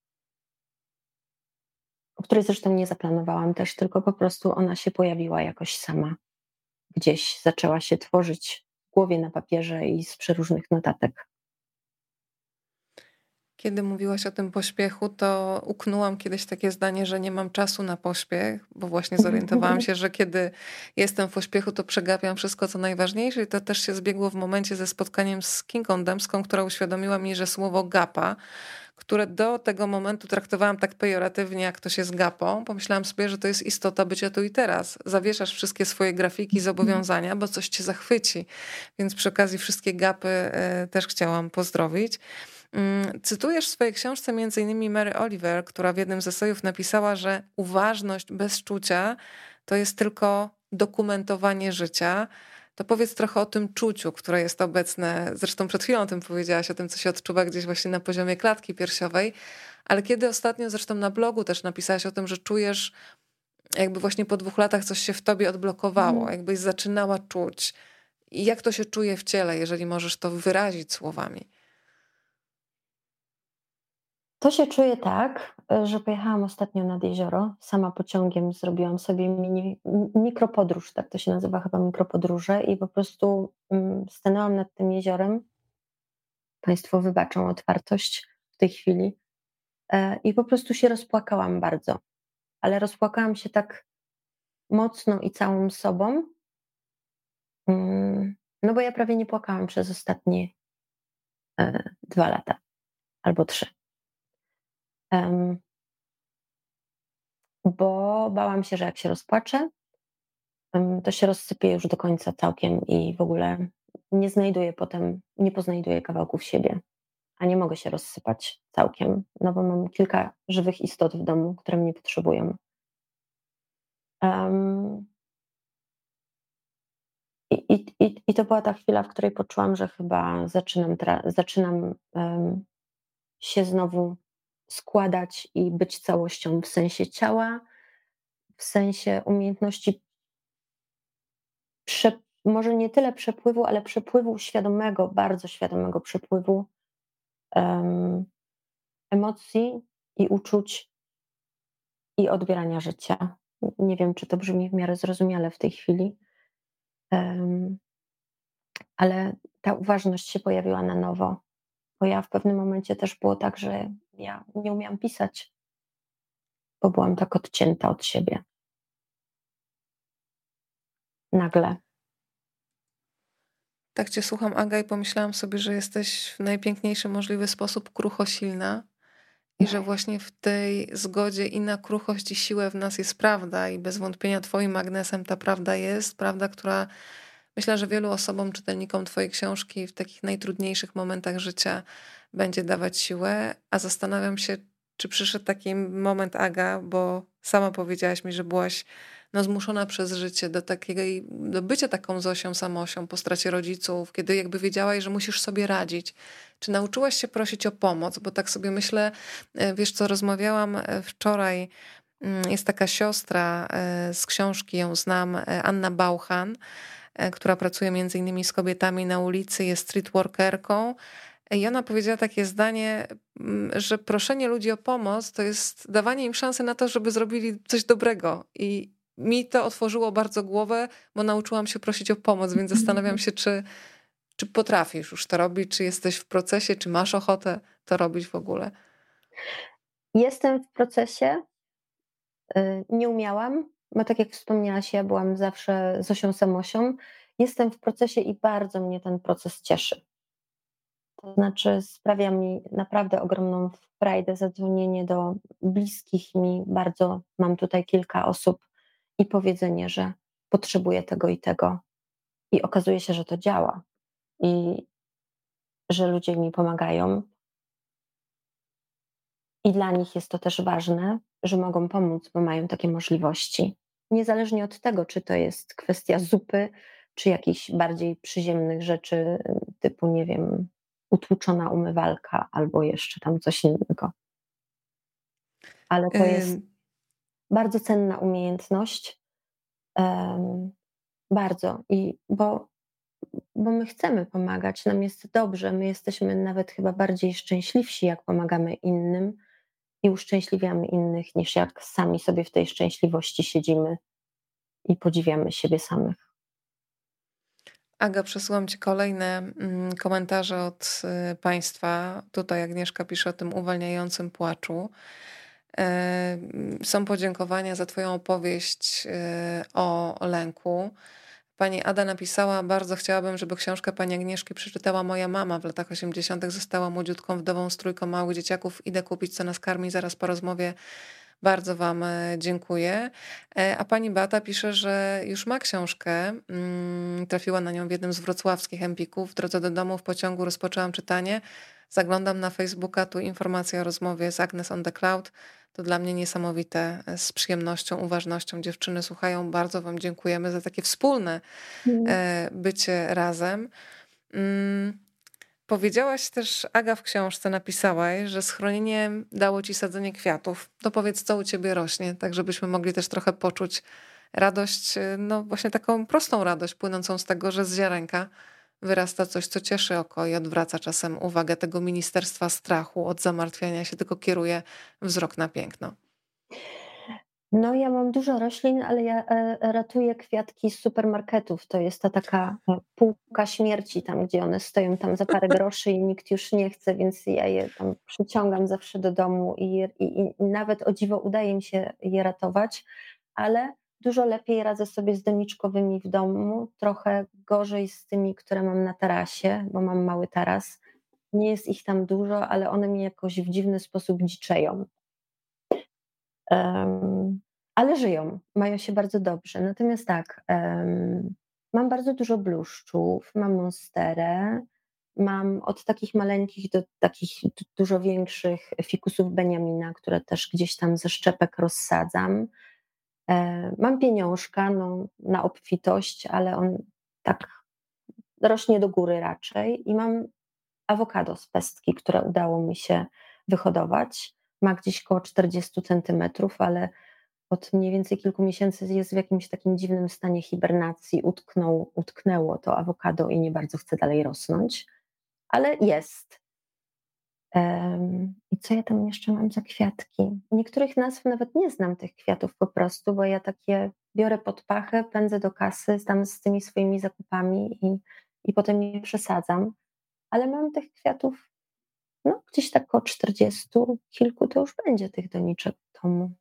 o której zresztą nie zaplanowałam też, tylko po prostu ona się pojawiła jakoś sama. Gdzieś zaczęła się tworzyć w głowie na papierze i z przeróżnych notatek. Kiedy mówiłaś o tym pośpiechu, to uknęłam kiedyś takie zdanie, że nie mam czasu na pośpiech, bo właśnie zorientowałam się, że kiedy jestem w pośpiechu, to przegapiam wszystko, co najważniejsze i to też się zbiegło w momencie ze spotkaniem z Kingą Dębską, która uświadomiła mi, że słowo gapa, które do tego momentu traktowałam tak pejoratywnie, jak to się z gapą, pomyślałam sobie, że to jest istota bycia tu i teraz. Zawieszasz wszystkie swoje grafiki, zobowiązania, bo coś cię zachwyci. Więc przy okazji wszystkie gapy e, też chciałam pozdrowić. Mm, Cytujesz w swojej książce między innymi Mary Oliver, która w jednym z esejów napisała, że uważność bez czucia to jest tylko dokumentowanie życia. To powiedz trochę o tym czuciu, które jest obecne. Zresztą przed chwilą o tym powiedziałaś, o tym, co się odczuwa gdzieś właśnie na poziomie klatki piersiowej. Ale kiedy ostatnio zresztą na blogu też napisałaś o tym, że czujesz, jakby właśnie po dwóch latach coś się w tobie odblokowało, Mhm. jakbyś zaczynała czuć. I jak to się czuje w ciele, jeżeli możesz to wyrazić słowami? To się czuje tak, e, że pojechałam ostatnio nad jezioro, sama pociągiem zrobiłam sobie mini m mikropodróż, tak to się nazywa chyba mikropodróże i po prostu, mm, stanęłam nad tym jeziorem. Państwo wybaczą otwartość w tej chwili. E, i po prostu się rozpłakałam bardzo, ale rozpłakałam się tak mocno i całym sobą, mm, no bo ja prawie nie płakałam przez ostatnie, e, dwa lata albo trzy. Em, bo bałam się, że jak się rozpłaczę, em, to się rozsypie już do końca całkiem i w ogóle nie znajduję potem nie poznajduję kawałków siebie, a nie mogę się rozsypać całkiem, no bo mam kilka żywych istot w domu, które mnie potrzebują. Em, i i i i to była ta chwila, w której poczułam, że chyba zaczynam tra zaczynam, em, się znowu składać i być całością w sensie ciała, w sensie umiejętności prze może nie tyle przepływu, ale przepływu świadomego, bardzo świadomego przepływu, em, emocji i uczuć i odbierania życia. N nie wiem, czy to brzmi w miarę zrozumiale w tej chwili, em, ale ta uważność się pojawiła na nowo, bo ja w pewnym momencie też było tak, że ja nie umiałam pisać, bo byłam tak odcięta od siebie nagle. Tak cię słucham, Aga, i pomyślałam sobie, że jesteś w najpiękniejszy możliwy sposób kruchosilna i że właśnie w tej zgodzie i na kruchość i siłę w nas jest prawda i bez wątpienia twoim magnesem ta prawda jest, prawda, która myślę, że wielu osobom, czytelnikom twojej książki w takich najtrudniejszych momentach życia będzie dawać siłę, a zastanawiam się, czy przyszedł taki moment, Aga, bo sama powiedziałaś mi, że byłaś no, zmuszona przez życie do takiej, do bycia taką Zosią Samosią po stracie rodziców, kiedy jakby wiedziałaś, że musisz sobie radzić. Czy nauczyłaś się prosić o pomoc? Bo tak sobie myślę, e, wiesz co, rozmawiałam e, wczoraj, mm, jest taka siostra e, z książki, ją znam, e, Anna Bauchan, e, która pracuje między innymi z kobietami na ulicy, jest streetworkerką. I ona powiedziała takie zdanie, mm, że proszenie ludzi o pomoc to jest dawanie im szansy na to, żeby zrobili coś dobrego. I mi to otworzyło bardzo głowę, bo nauczyłam się prosić o pomoc, więc zastanawiam się, czy, czy potrafisz już to robić, czy jesteś w procesie, czy masz ochotę to robić w ogóle. Jestem w procesie, y, nie umiałam, bo tak jak wspomniałaś, ja byłam zawsze Zosią Samosią. Jestem w procesie i bardzo mnie ten proces cieszy. To znaczy sprawia mi naprawdę ogromną frajdę zadzwonienie do bliskich mi bardzo, mam tutaj kilka osób i powiedzenie, że potrzebuję tego i tego. I okazuje się, że to działa i że ludzie mi pomagają. I dla nich jest to też ważne, że mogą pomóc, bo mają takie możliwości. Niezależnie od tego, czy to jest kwestia zupy, czy jakichś bardziej przyziemnych rzeczy, y, typu, nie wiem, utłuczona umywalka albo jeszcze tam coś innego. Ale to jest Ym, bardzo cenna umiejętność, em, bardzo. I bo bo my chcemy pomagać, nam jest dobrze, my jesteśmy nawet chyba bardziej szczęśliwsi, jak pomagamy innym i uszczęśliwiamy innych, niż jak sami sobie w tej szczęśliwości siedzimy i podziwiamy siebie samych. Aga, przesyłam Ci kolejne mm, komentarze od y, Państwa. Tutaj Agnieszka pisze o tym uwalniającym płaczu. E, mm, Są podziękowania za Twoją opowieść y, o lęku. Pani Ada napisała: bardzo chciałabym, żeby książkę pani Agnieszki przeczytała moja mama. W latach osiemdziesiątych została młodziutką wdową z trójką małych dzieciaków. Idę kupić, co nas karmi zaraz po rozmowie. Bardzo wam e, dziękuję. E, A pani Beata pisze, że już ma książkę. Mm, Trafiła na nią w jednym z wrocławskich empików. W drodze do domu w pociągu rozpoczęłam czytanie. Zaglądam na Facebooka, tu informacja o rozmowie z Agnes on the Cloud. To dla mnie niesamowite. Z przyjemnością, uważnością dziewczyny słuchają. Bardzo wam dziękujemy za takie wspólne Mm. e, bycie razem. Mm, Powiedziałaś też, Aga, w książce napisałaś, że schronieniem dało ci sadzenie kwiatów. To powiedz, co u ciebie rośnie, tak żebyśmy mogli też trochę poczuć radość, e, no właśnie taką prostą radość płynącą z tego, że z ziarenka wyrasta coś, co cieszy oko i odwraca czasem uwagę tego ministerstwa strachu od zamartwiania się, tylko kieruje wzrok na piękno. No, ja mam dużo roślin, ale ja e, ratuję kwiatki z supermarketów. To jest ta taka e, półka śmierci, tam gdzie one stoją tam za parę groszy i nikt już nie chce, więc ja je tam przyciągam zawsze do domu i, i, i nawet o dziwo udaje mi się je ratować, ale dużo lepiej radzę sobie z doniczkowymi w domu, trochę gorzej z tymi, które mam na tarasie, bo mam mały taras. Nie jest ich tam dużo, ale one mi jakoś w dziwny sposób dziczeją. Um, ale żyją, mają się bardzo dobrze. Natomiast tak, um, mam bardzo dużo bluszczów, mam monsterę, mam od takich maleńkich do takich du- dużo większych fikusów Beniamina, które też gdzieś tam ze szczepek rozsadzam. E, mam pieniążka no, na obfitość, ale on tak rośnie do góry raczej. I mam awokado z pestki, które udało mi się wyhodować. Ma gdzieś koło czterdzieści centymetrów, ale od mniej więcej kilku miesięcy jest w jakimś takim dziwnym stanie hibernacji. Utknął, utknęło to awokado i nie bardzo chce dalej rosnąć, ale jest. Um, I co ja tam jeszcze mam za kwiatki? Niektórych nazw nawet nie znam tych kwiatów po prostu, bo ja takie biorę pod pachę, pędzę do kasy tam z tymi swoimi zakupami i, i potem je przesadzam. Ale mam tych kwiatów, no gdzieś tak około czterdziestu kilku to już będzie tych doniczek w domu.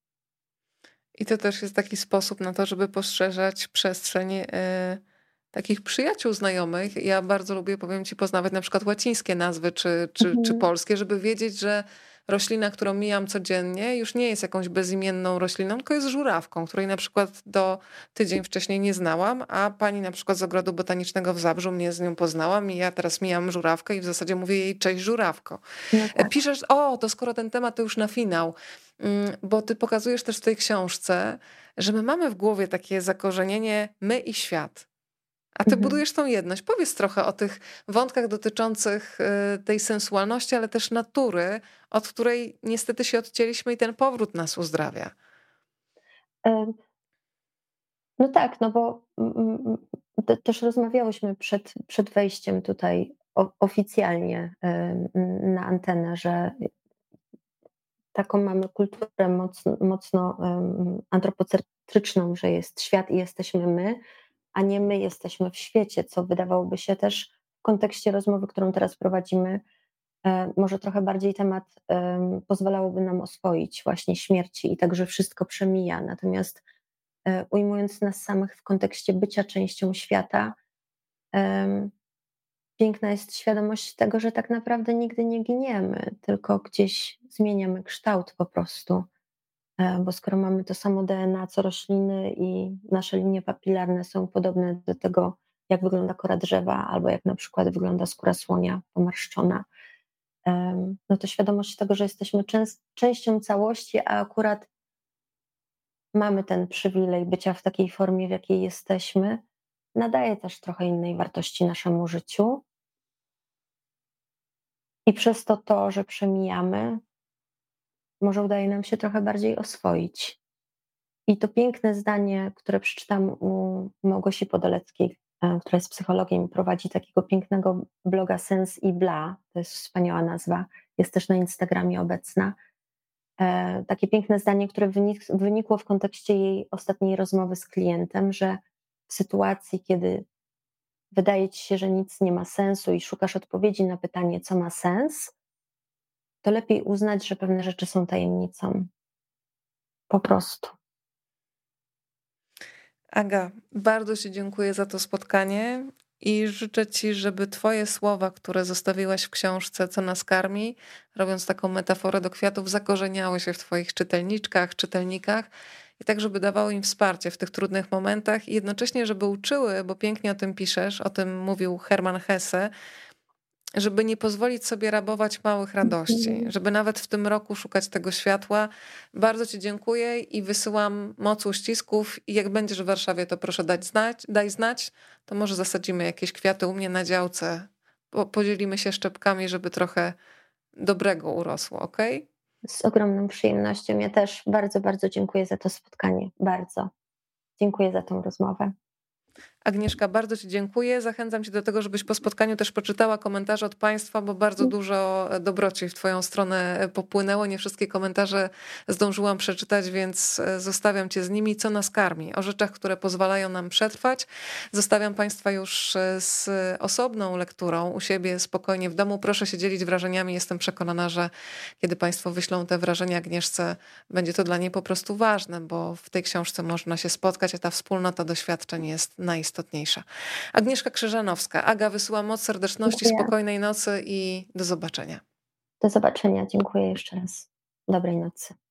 I to też jest taki sposób na to, żeby poszerzać przestrzeń e, takich przyjaciół, znajomych. Ja bardzo lubię, powiem ci, poznawać na przykład łacińskie nazwy czy, czy, czy Mhm. polskie, żeby wiedzieć, że roślina, którą mijam codziennie, już nie jest jakąś bezimienną rośliną, tylko jest żurawką, której na przykład do tydzień wcześniej nie znałam, a pani na przykład z Ogrodu Botanicznego w Zabrzu mnie z nią poznałam i ja teraz mijam żurawkę i w zasadzie mówię jej: cześć żurawko. No E, tak. Piszesz, o, to skoro ten temat, to już na finał. Mm, Bo ty pokazujesz też w tej książce, że my mamy w głowie takie zakorzenienie my i świat. A ty Mhm. budujesz tą jedność. Powiedz trochę o tych wątkach dotyczących y, tej sensualności, ale też natury, od której niestety się odcięliśmy i ten powrót nas uzdrawia. Em, No tak, no bo mm, mm, te, też rozmawiałyśmy przed, przed wejściem tutaj o, oficjalnie em, na antenę, że taką mamy kulturę mocno, mocno um, antropocentryczną, że jest świat i jesteśmy my, a nie my jesteśmy w świecie, co wydawałoby się też w kontekście rozmowy, którą teraz prowadzimy, e, może trochę bardziej temat em, pozwalałoby nam oswoić właśnie śmierci i tak, że wszystko przemija. Natomiast e, ujmując nas samych w kontekście bycia częścią świata, em, piękna jest świadomość tego, że tak naprawdę nigdy nie giniemy, tylko gdzieś zmieniamy kształt po prostu. E, Bo skoro mamy to samo D N A co rośliny i nasze linie papilarne są podobne do tego, jak wygląda kora drzewa, albo jak na przykład wygląda skóra słonia pomarszczona, em, no to świadomość tego, że jesteśmy częst- częścią całości, a akurat mamy ten przywilej bycia w takiej formie, w jakiej jesteśmy, nadaje też trochę innej wartości naszemu życiu. I przez to to, że przemijamy, może udaje nam się trochę bardziej oswoić. I to piękne zdanie, które przeczytam u Małgosi Podoleckiej, e, która jest psychologiem i prowadzi takiego pięknego bloga Sens i Bla, to jest wspaniała nazwa, jest też na Instagramie obecna. E, Takie piękne zdanie, które wynik, wynikło w kontekście jej ostatniej rozmowy z klientem, że w sytuacji, kiedy wydaje ci się, że nic nie ma sensu i szukasz odpowiedzi na pytanie, co ma sens, to lepiej uznać, że pewne rzeczy są tajemnicą. Po prostu. Aga, bardzo Ci dziękuję za to spotkanie i życzę Ci, żeby Twoje słowa, które zostawiłaś w książce Co nas karmi, robiąc taką metaforę do kwiatów, zakorzeniały się w Twoich czytelniczkach, czytelnikach i tak, żeby dawały im wsparcie w tych trudnych momentach i jednocześnie, żeby uczyły, bo pięknie o tym piszesz, o tym mówił Hermann Hesse, żeby nie pozwolić sobie rabować małych radości, Mhm. żeby nawet w tym roku szukać tego światła. Bardzo Ci dziękuję i wysyłam moc uścisków i jak będziesz w Warszawie, to proszę dać znać, daj znać, to może zasadzimy jakieś kwiaty u mnie na działce, po, podzielimy się szczepkami, żeby trochę dobrego urosło, ok? Z ogromną przyjemnością. Ja też bardzo, bardzo dziękuję za to spotkanie. Bardzo. Dziękuję za tą rozmowę. Agnieszka, bardzo Ci dziękuję. Zachęcam Cię do tego, żebyś po spotkaniu też poczytała komentarze od Państwa, bo bardzo dużo dobroci w Twoją stronę popłynęło. Nie wszystkie komentarze zdążyłam przeczytać, więc zostawiam Cię z nimi. Co nas karmi? O rzeczach, które pozwalają nam przetrwać. Zostawiam Państwa już z osobną lekturą u siebie spokojnie w domu. Proszę się dzielić wrażeniami. Jestem przekonana, że kiedy Państwo wyślą te wrażenia Agnieszce, będzie to dla niej po prostu ważne, bo w tej książce można się spotkać, a ta wspólnota doświadczeń jest najistotniejsza. Istotniejsza. Agnieszka Krzyżanowska. Aga, wysyła moc serdeczności, Dziękuję. spokojnej nocy i do zobaczenia. Do zobaczenia. Dziękuję jeszcze raz. Dobrej nocy.